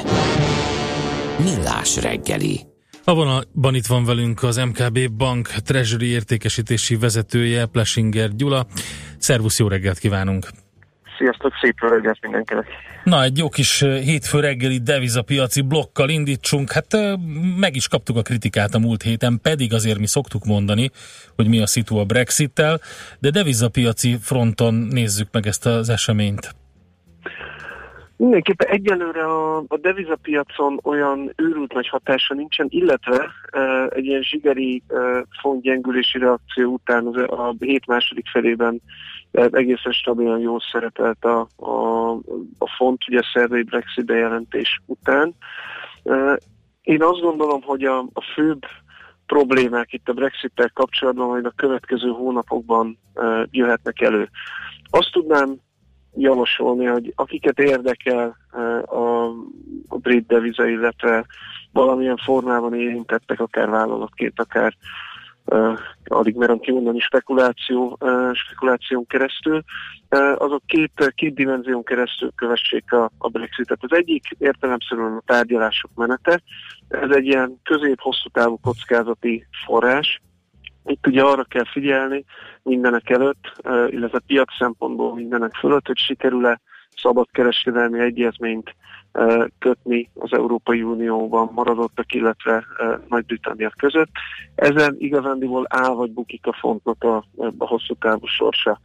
Millás reggeli. A vonalban itt van velünk az em ká bé Bank Treasury értékesítési vezetője, Plesinger Gyula. Szervusz, jó reggelt kívánunk! Sziasztok, szép jó reggelt mindenkinek! Na, egy jó kis hétfő reggeli devizapiaci blokkal indítsunk. Hát meg is kaptuk a kritikát a múlt héten, pedig azért mi szoktuk mondani, hogy mi a szitu a Brexittel, de devizapiaci fronton nézzük meg ezt az eseményt. Mindenképpen egyelőre a, a devizapiacon olyan őrült nagy hatása nincsen, illetve uh, egy ilyen zsigeri uh, fontgyengülési reakció után az, a hét második felében uh, egészen stabilan jól szerepelt a, a, a font, ugye a szerdai Brexit bejelentés után. Uh, én azt gondolom, hogy a, a főbb problémák itt a Brexittel kapcsolatban majd a következő hónapokban uh, jöhetnek elő. Azt tudnám javasolni, hogy akiket érdekel a, a brit deviza, illetve valamilyen formában érintettek, akár vállalatként, akár uh, alig merem kimondani spekuláció, uh, spekuláción keresztül, uh, azok két, két dimenzión keresztül kövessék a, a Brexitet. Az egyik értelemszerűen a tárgyalások menete, ez egy ilyen közép-hosszú távú kockázati forrás. Itt ugye arra kell figyelni mindenek előtt, illetve piac szempontból mindenek fölött, hogy sikerül-e szabadkereskedelmi egyezményt kötni az Európai Unióban maradottak, illetve Nagy-Britannia között. Ezen igazándiból áll vagy bukik a fontnak a, a hosszú távú sorsa.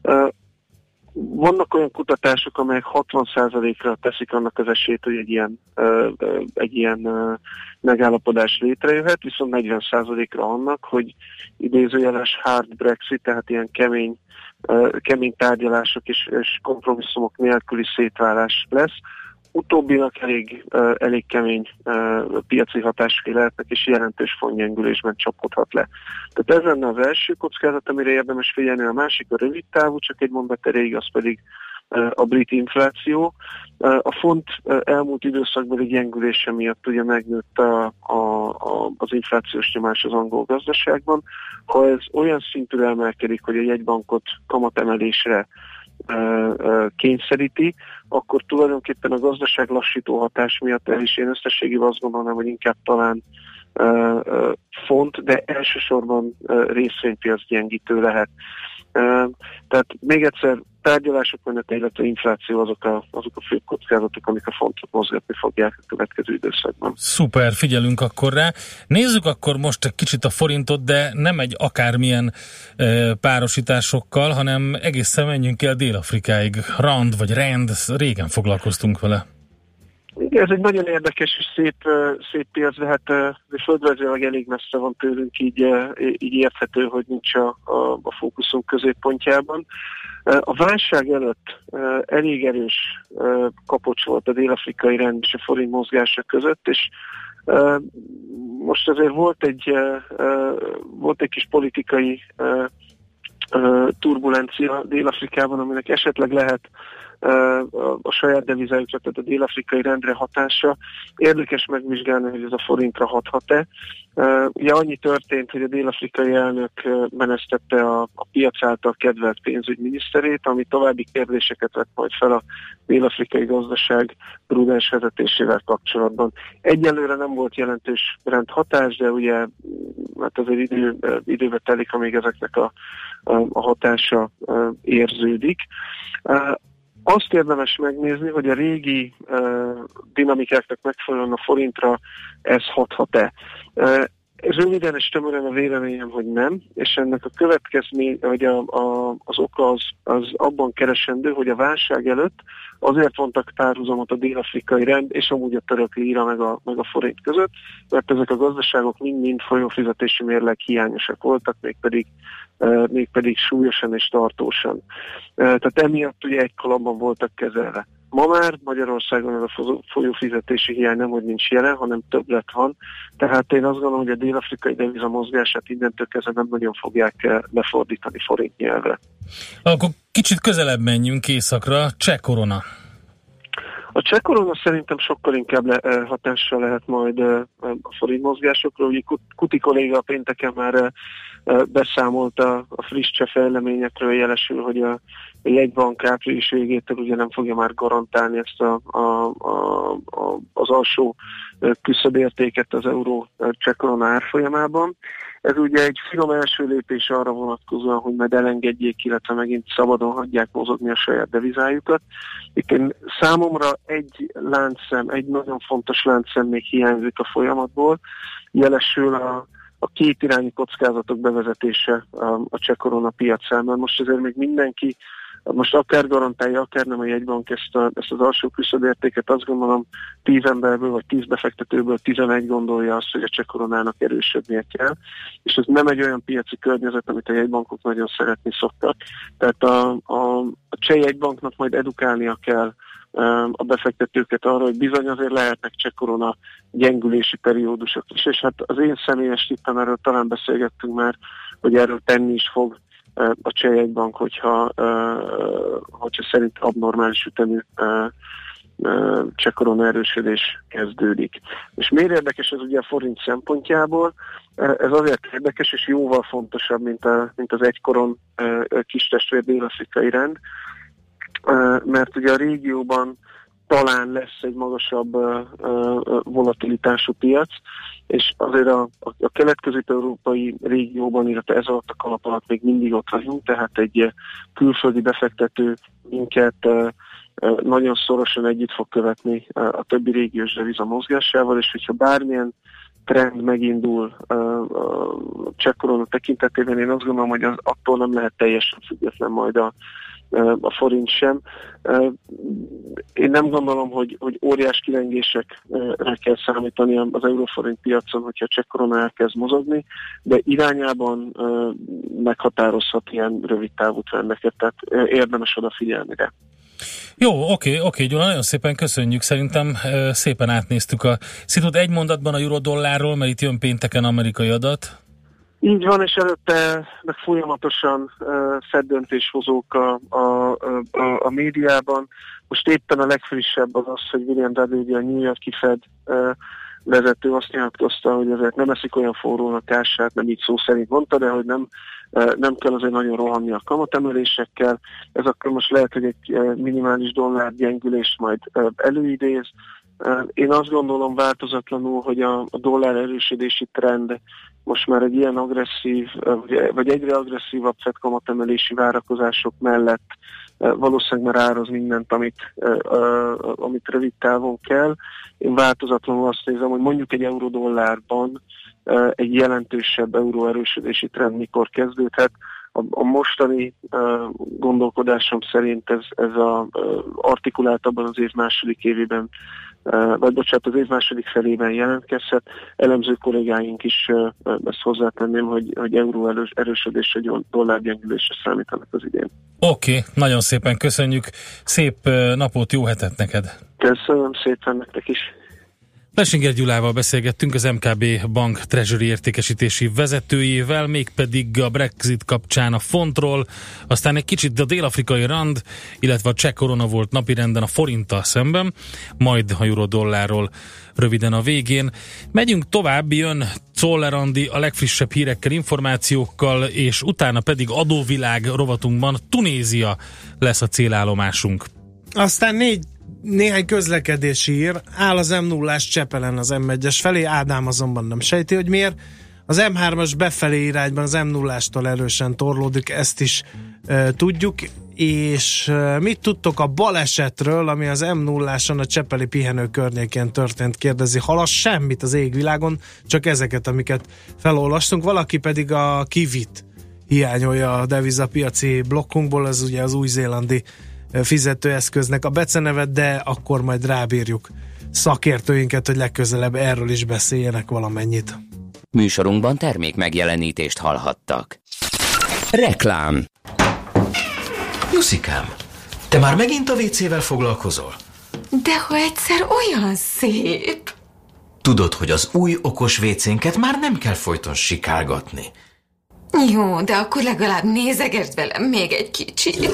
Vannak olyan kutatások, amelyek hatvan százalékra teszik annak az esélyt, hogy egy ilyen, egy ilyen megállapodás létrejöhet, viszont negyven százalékra annak, hogy idézőjeles hard Brexit, tehát ilyen kemény, kemény tárgyalások és, és kompromisszumok nélküli szétválás lesz. Utóbbinak elég, uh, elég kemény uh, piaci hatásai lehetnek, és jelentős fontgyengülésben csapódhat le. Tehát ez lenne az első kockázat, amire érdemes figyelni, a másik a rövid távú, csak egy mondat erejéig, az pedig uh, a brit infláció. Uh, a font uh, elmúlt időszakbeli gyengülése miatt ugye megnőtt a, a, a, az inflációs nyomás az angol gazdaságban. Ha ez olyan szintűre emelkedik, hogy a jegybankot kamatemelésre kényszeríti, akkor tulajdonképpen a gazdaság lassító hatás miatt el is én összességében azt gondolom, hogy inkább talán uh, uh, font, de elsősorban uh, részvénypiac gyengítő lehet. Uh, tehát még egyszer tárgyalások menete, illetve infláció azok a, azok a fő kockázatok, amik a fontot mozgatni fogják a következő időszakban. Szuper, figyelünk akkor rá. Nézzük akkor most egy kicsit a forintot, de nem egy akármilyen e, párosításokkal, hanem egészen menjünk el Dél-Afrikáig. Rand vagy Rand, régen foglalkoztunk vele. Igen, ez egy nagyon érdekes és szép, szép piac, de hát földrajzilag elég messze van tőlünk, így, így érthető, hogy nincs a, a, a fókuszunk középpontjában. A válság előtt elég erős kapocs volt a dél-afrikai rend és a forint mozgása között, és most azért volt egy, volt egy kis politikai turbulencia Dél-Afrikában, aminek esetleg lehet a saját devizájukra, tehát a dél-afrikai rendre hatása. Érdekes megvizsgálni, hogy ez a forintra hathat-e. Ugye annyi történt, hogy a dél-afrikai elnök menesztette a, a piac által kedvelt pénzügyminiszterét, ami további kérdéseket vett majd fel a dél-afrikai gazdaság prudens vezetésével kapcsolatban. Egyelőre nem volt jelentős rendhatás, de ugye hát azért idő, időbe telik, amíg ezeknek a, a, a hatása érződik. Azt érdemes megnézni, hogy a régi uh, dinamikáknak megfelelően a forintra ez hathat-e. Uh, röviden és tömören a véleményem, hogy nem, és ennek a következmény, vagy a, a, az oka az, az abban keresendő, hogy a válság előtt azért vontak párhuzamot a dél-afrikai rend, és amúgy a török líra meg a, meg a forint között, mert ezek a gazdaságok mind-mind folyófizetési mérleg hiányosak voltak, mégpedig, uh, mégpedig súlyosan és tartósan. Uh, tehát emiatt ugye egy kalapban voltak kezelve. Ma már Magyarországon ez a folyófizetési hiány nem, hogy nincs jelen, hanem többlet van. Tehát én azt gondolom, hogy a dél-afrikai deviza mozgását innentől kezdve nem nagyon fogják lefordítani forint nyelvre. Akkor kicsit közelebb menjünk északra, cseh korona. A cseh korona szerintem sokkal inkább le, hatással lehet majd a forint mozgásokról. Ugye Kuti kolléga pénteken már beszámolt a, a friss cseh fejleményekről, jelesül, hogy a a jegybank április végétől ugye nem fogja már garantálni ezt a, a, a, a, az alsó küszöbértéket az euró cseh korona árfolyamában. Ez ugye egy finom első lépés arra vonatkozóan, hogy majd elengedjék, illetve megint szabadon hagyják mozogni a saját devizájukat. Itt számomra egy láncszem, egy nagyon fontos láncszem még hiányzik a folyamatból, jelesül a, a két irányú kockázatok bevezetése a, a cseh korona piacán, mert most azért még mindenki, most akár garantálja, akár nem a jegybank ezt, a, ezt az alsó küszöbértéket, azt gondolom tíz emberből vagy tíz befektetőből tizenegy gondolja azt, hogy a cseh koronának erősödnie kell, és ez nem egy olyan piaci környezet, amit a jegybankok nagyon szeretni szoktak. Tehát a, a, a cseh jegybanknak majd edukálnia kell a befektetőket arra, hogy bizony azért lehetnek cseh korona gyengülési periódusok is, és hát az én személyes tippem, erről talán beszélgettünk már, hogy erről tenni is fog a cseh jegybank, hogyha, hogyha szerint abnormális ütemű cseh korona erősödés kezdődik. És miért érdekes ez ugye a forint szempontjából? Ez azért érdekes, és jóval fontosabb, mint, a, mint az egykoron kis testvér dél-afrikai rend, mert ugye a régióban talán lesz egy magasabb uh, uh, volatilitású piac, és azért a, a, a kelet-közép-európai régióban, illetve ez alatt a kalap alatt még mindig ott vagyunk, tehát egy uh, külföldi befektető minket uh, uh, nagyon szorosan együtt fog követni uh, a többi régiós deviza mozgásával, és hogyha bármilyen trend megindul uh, a cseh korona tekintetében, én azt gondolom, hogy az attól nem lehet teljesen független majd a a forint sem. Én nem gondolom, hogy, hogy óriás kilengésekre kell számítani az euróforint piacon, hogyha a cseh korona elkezd mozogni, de irányában meghatározhat ilyen rövid távú trendeket, tehát érdemes odafigyelni rá. Jó, oké, oké, Gyula, nagyon szépen köszönjük, szerintem szépen átnéztük a szitot egy mondatban a eurodollárról, mert itt jön pénteken amerikai adat. Így van, és előtte meg folyamatosan uh, Fed döntéshozók a, a, a, a médiában. Most éppen a legfrissebb az az, hogy William W. a New York-i Fed uh, vezető azt nyilatkozta, hogy ezért nem eszik olyan forrónak ását, nem így szó szerint mondta, de hogy nem, uh, nem kell azért nagyon rohanni a kamatemelésekkel. Ez akkor most lehet, hogy egy uh, minimális dollár gyengülést majd uh, előidéz. Uh, én azt gondolom változatlanul, hogy a, a dollár erősödési trend most már egy ilyen agresszív, vagy egyre agresszívabb Fed kamatemelési várakozások mellett valószínűleg már áraz mindent, amit, amit rövid távon kell. Én változatlanul azt nézem, hogy mondjuk egy euró-dollárban egy jelentősebb euró erősödési trend mikor kezdődhet. A, a mostani gondolkodásom szerint ez, ez a, artikuláltabban az év második évében vagy bocsánat, az év második felében jelentkezhet. Elemző kollégáink is ezt hozzátenném, hogy, hogy euró erősödésre, dollár gyengülésre számítanak az idén. Oké, okay, nagyon szépen köszönjük. Szép napot, jó hetet neked! Köszönöm szépen nektek is! Lesinger Gyulával beszélgettünk, az em ká bé Bank Treasury értékesítési vezetőjével, mégpedig a Brexit kapcsán a fontról, aztán egy kicsit a dél-afrikai rand, illetve a cseh korona volt napirenden a forinttal szemben, majd a euro-dollárról röviden a végén. Megyünk tovább, jön Czoller Andi a legfrissebb hírekkel, információkkal, és utána pedig adóvilág rovatunkban Tunézia lesz a célállomásunk. Aztán négy Néhány közlekedési hír, áll az em nullás Csepelen az em egyes felé, Ádám azonban nem sejti, hogy miért. Az em hármas befelé irányban az em nullástól erősen torlódik, ezt is e, tudjuk, és e, mit tudtok a balesetről, ami az em nulláson a csepeli pihenő környékén történt, kérdezi Halas, semmit az égvilágon, csak ezeket, amiket felolvastunk, valaki pedig a Kivit hiányolja a devizapiaci blokkunkból, ez ugye az új-zélandi fizetőeszköznek a becenevet, de akkor majd rábírjuk szakértőinket, hogy legközelebb erről is beszéljenek valamennyit. Műsorunkban termék megjelenítést hallhattak. Reklám. Jusszikám, te már megint a vécével foglalkozol? De ha egyszer olyan szép! Tudod, hogy az új okos vécénket már nem kell folyton sikálgatni. Jó, de akkor legalább nézegesd velem még egy kicsit.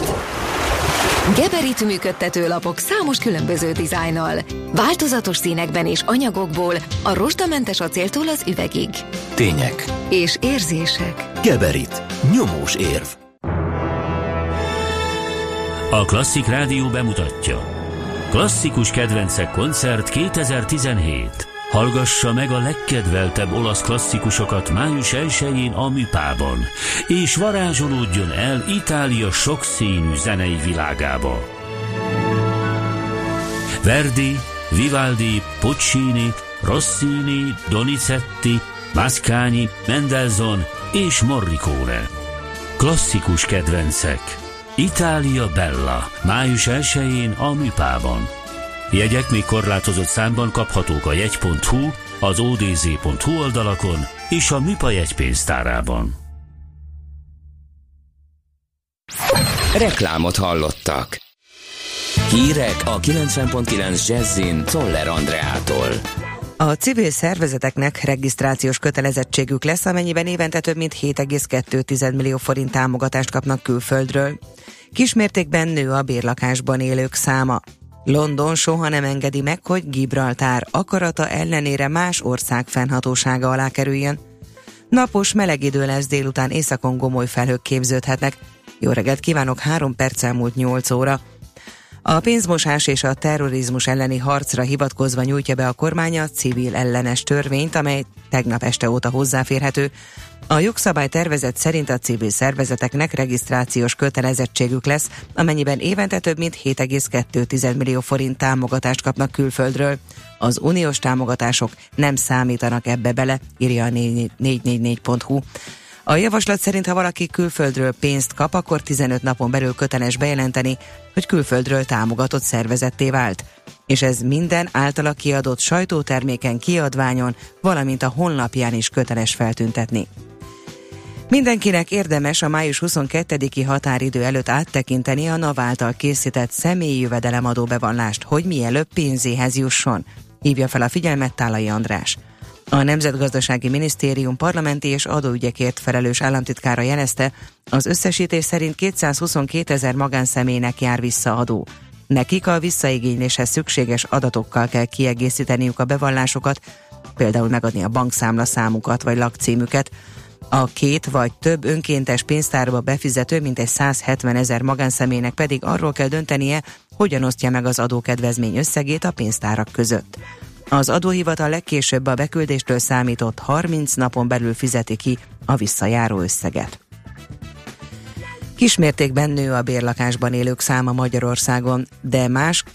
Geberit működtető lapok számos különböző dizájnnal, változatos színekben és anyagokból, a rozsdamentes acéltól az üvegig. Tények. És érzések. Geberit. Nyomós érv. A Klasszik Rádió bemutatja. Klasszikus kedvencek koncert kétezer-tizenhét. Hallgassa meg a legkedveltebb olasz klasszikusokat május elsején a Műpában, és varázsolódjon el Itália sokszínű zenei világába. Verdi, Vivaldi, Puccini, Rossini, Donizetti, Mascagni, Mendelssohn és Morricone. Klasszikus kedvencek. Itália Bella. május elsején a Műpában. Jegyek még korlátozott számban kaphatók a jegy pont hu, az o d z pont hu oldalakon és a Műpa jegypénztárában. Reklámot hallottak. Hírek a kilencven pont kilenc Jazzin Czoller Andreától. A civil szervezeteknek regisztrációs kötelezettségük lesz, amennyiben évente több mint hét egész kettő millió forint támogatást kapnak külföldről. Kismértékben nő a bérlakásban élők száma. London soha nem engedi meg, hogy Gibraltár akarata ellenére más ország fennhatósága alá kerüljön. Napos, meleg idő lesz, délután északon gomoly felhők képződhetnek. Jó reggelt kívánok, három perccel múlt nyolc óra. A pénzmosás és a terrorizmus elleni harcra hivatkozva nyújtja be a kormány a civil ellenes törvényt, amely tegnap este óta hozzáférhető. A jogszabály tervezet szerint a civil szervezeteknek regisztrációs kötelezettségük lesz, amennyiben évente több mint hét egész kettő millió forint támogatást kapnak külföldről. Az uniós támogatások nem számítanak ebbe bele, írja a négy négy négy pont hu. A javaslat szerint, ha valaki külföldről pénzt kap, akkor tizenöt napon belül köteles bejelenteni, hogy külföldről támogatott szervezetté vált. És ez minden általa kiadott sajtóterméken, kiadványon, valamint a honlapján is köteles feltüntetni. Mindenkinek érdemes a május huszonkettediki határidő előtt áttekinteni a NAV által készített személyi jövedelemadó bevallást, hogy mielőbb pénzéhez jusson, hívja fel a figyelmet Tálai András. A Nemzetgazdasági Minisztérium parlamenti és adóügyekért felelős államtitkára jelezte, az összesítés szerint kétszázhuszonkétezer magánszemélynek jár vissza adó. Nekik a visszaigényléshez szükséges adatokkal kell kiegészíteniük a bevallásokat, például megadni a bankszámla számukat vagy lakcímüket. A két vagy több önkéntes pénztárba befizető mintegy százhetven ezer magánszemélynek pedig arról kell döntenie, hogyan osztja meg az adókedvezmény összegét a pénztárak között. Az adóhivatal legkésőbb a beküldéstől számított harminc napon belül fizeti ki a visszajáró összeget. Kismértékben nő a bérlakásban élők száma Magyarországon, de más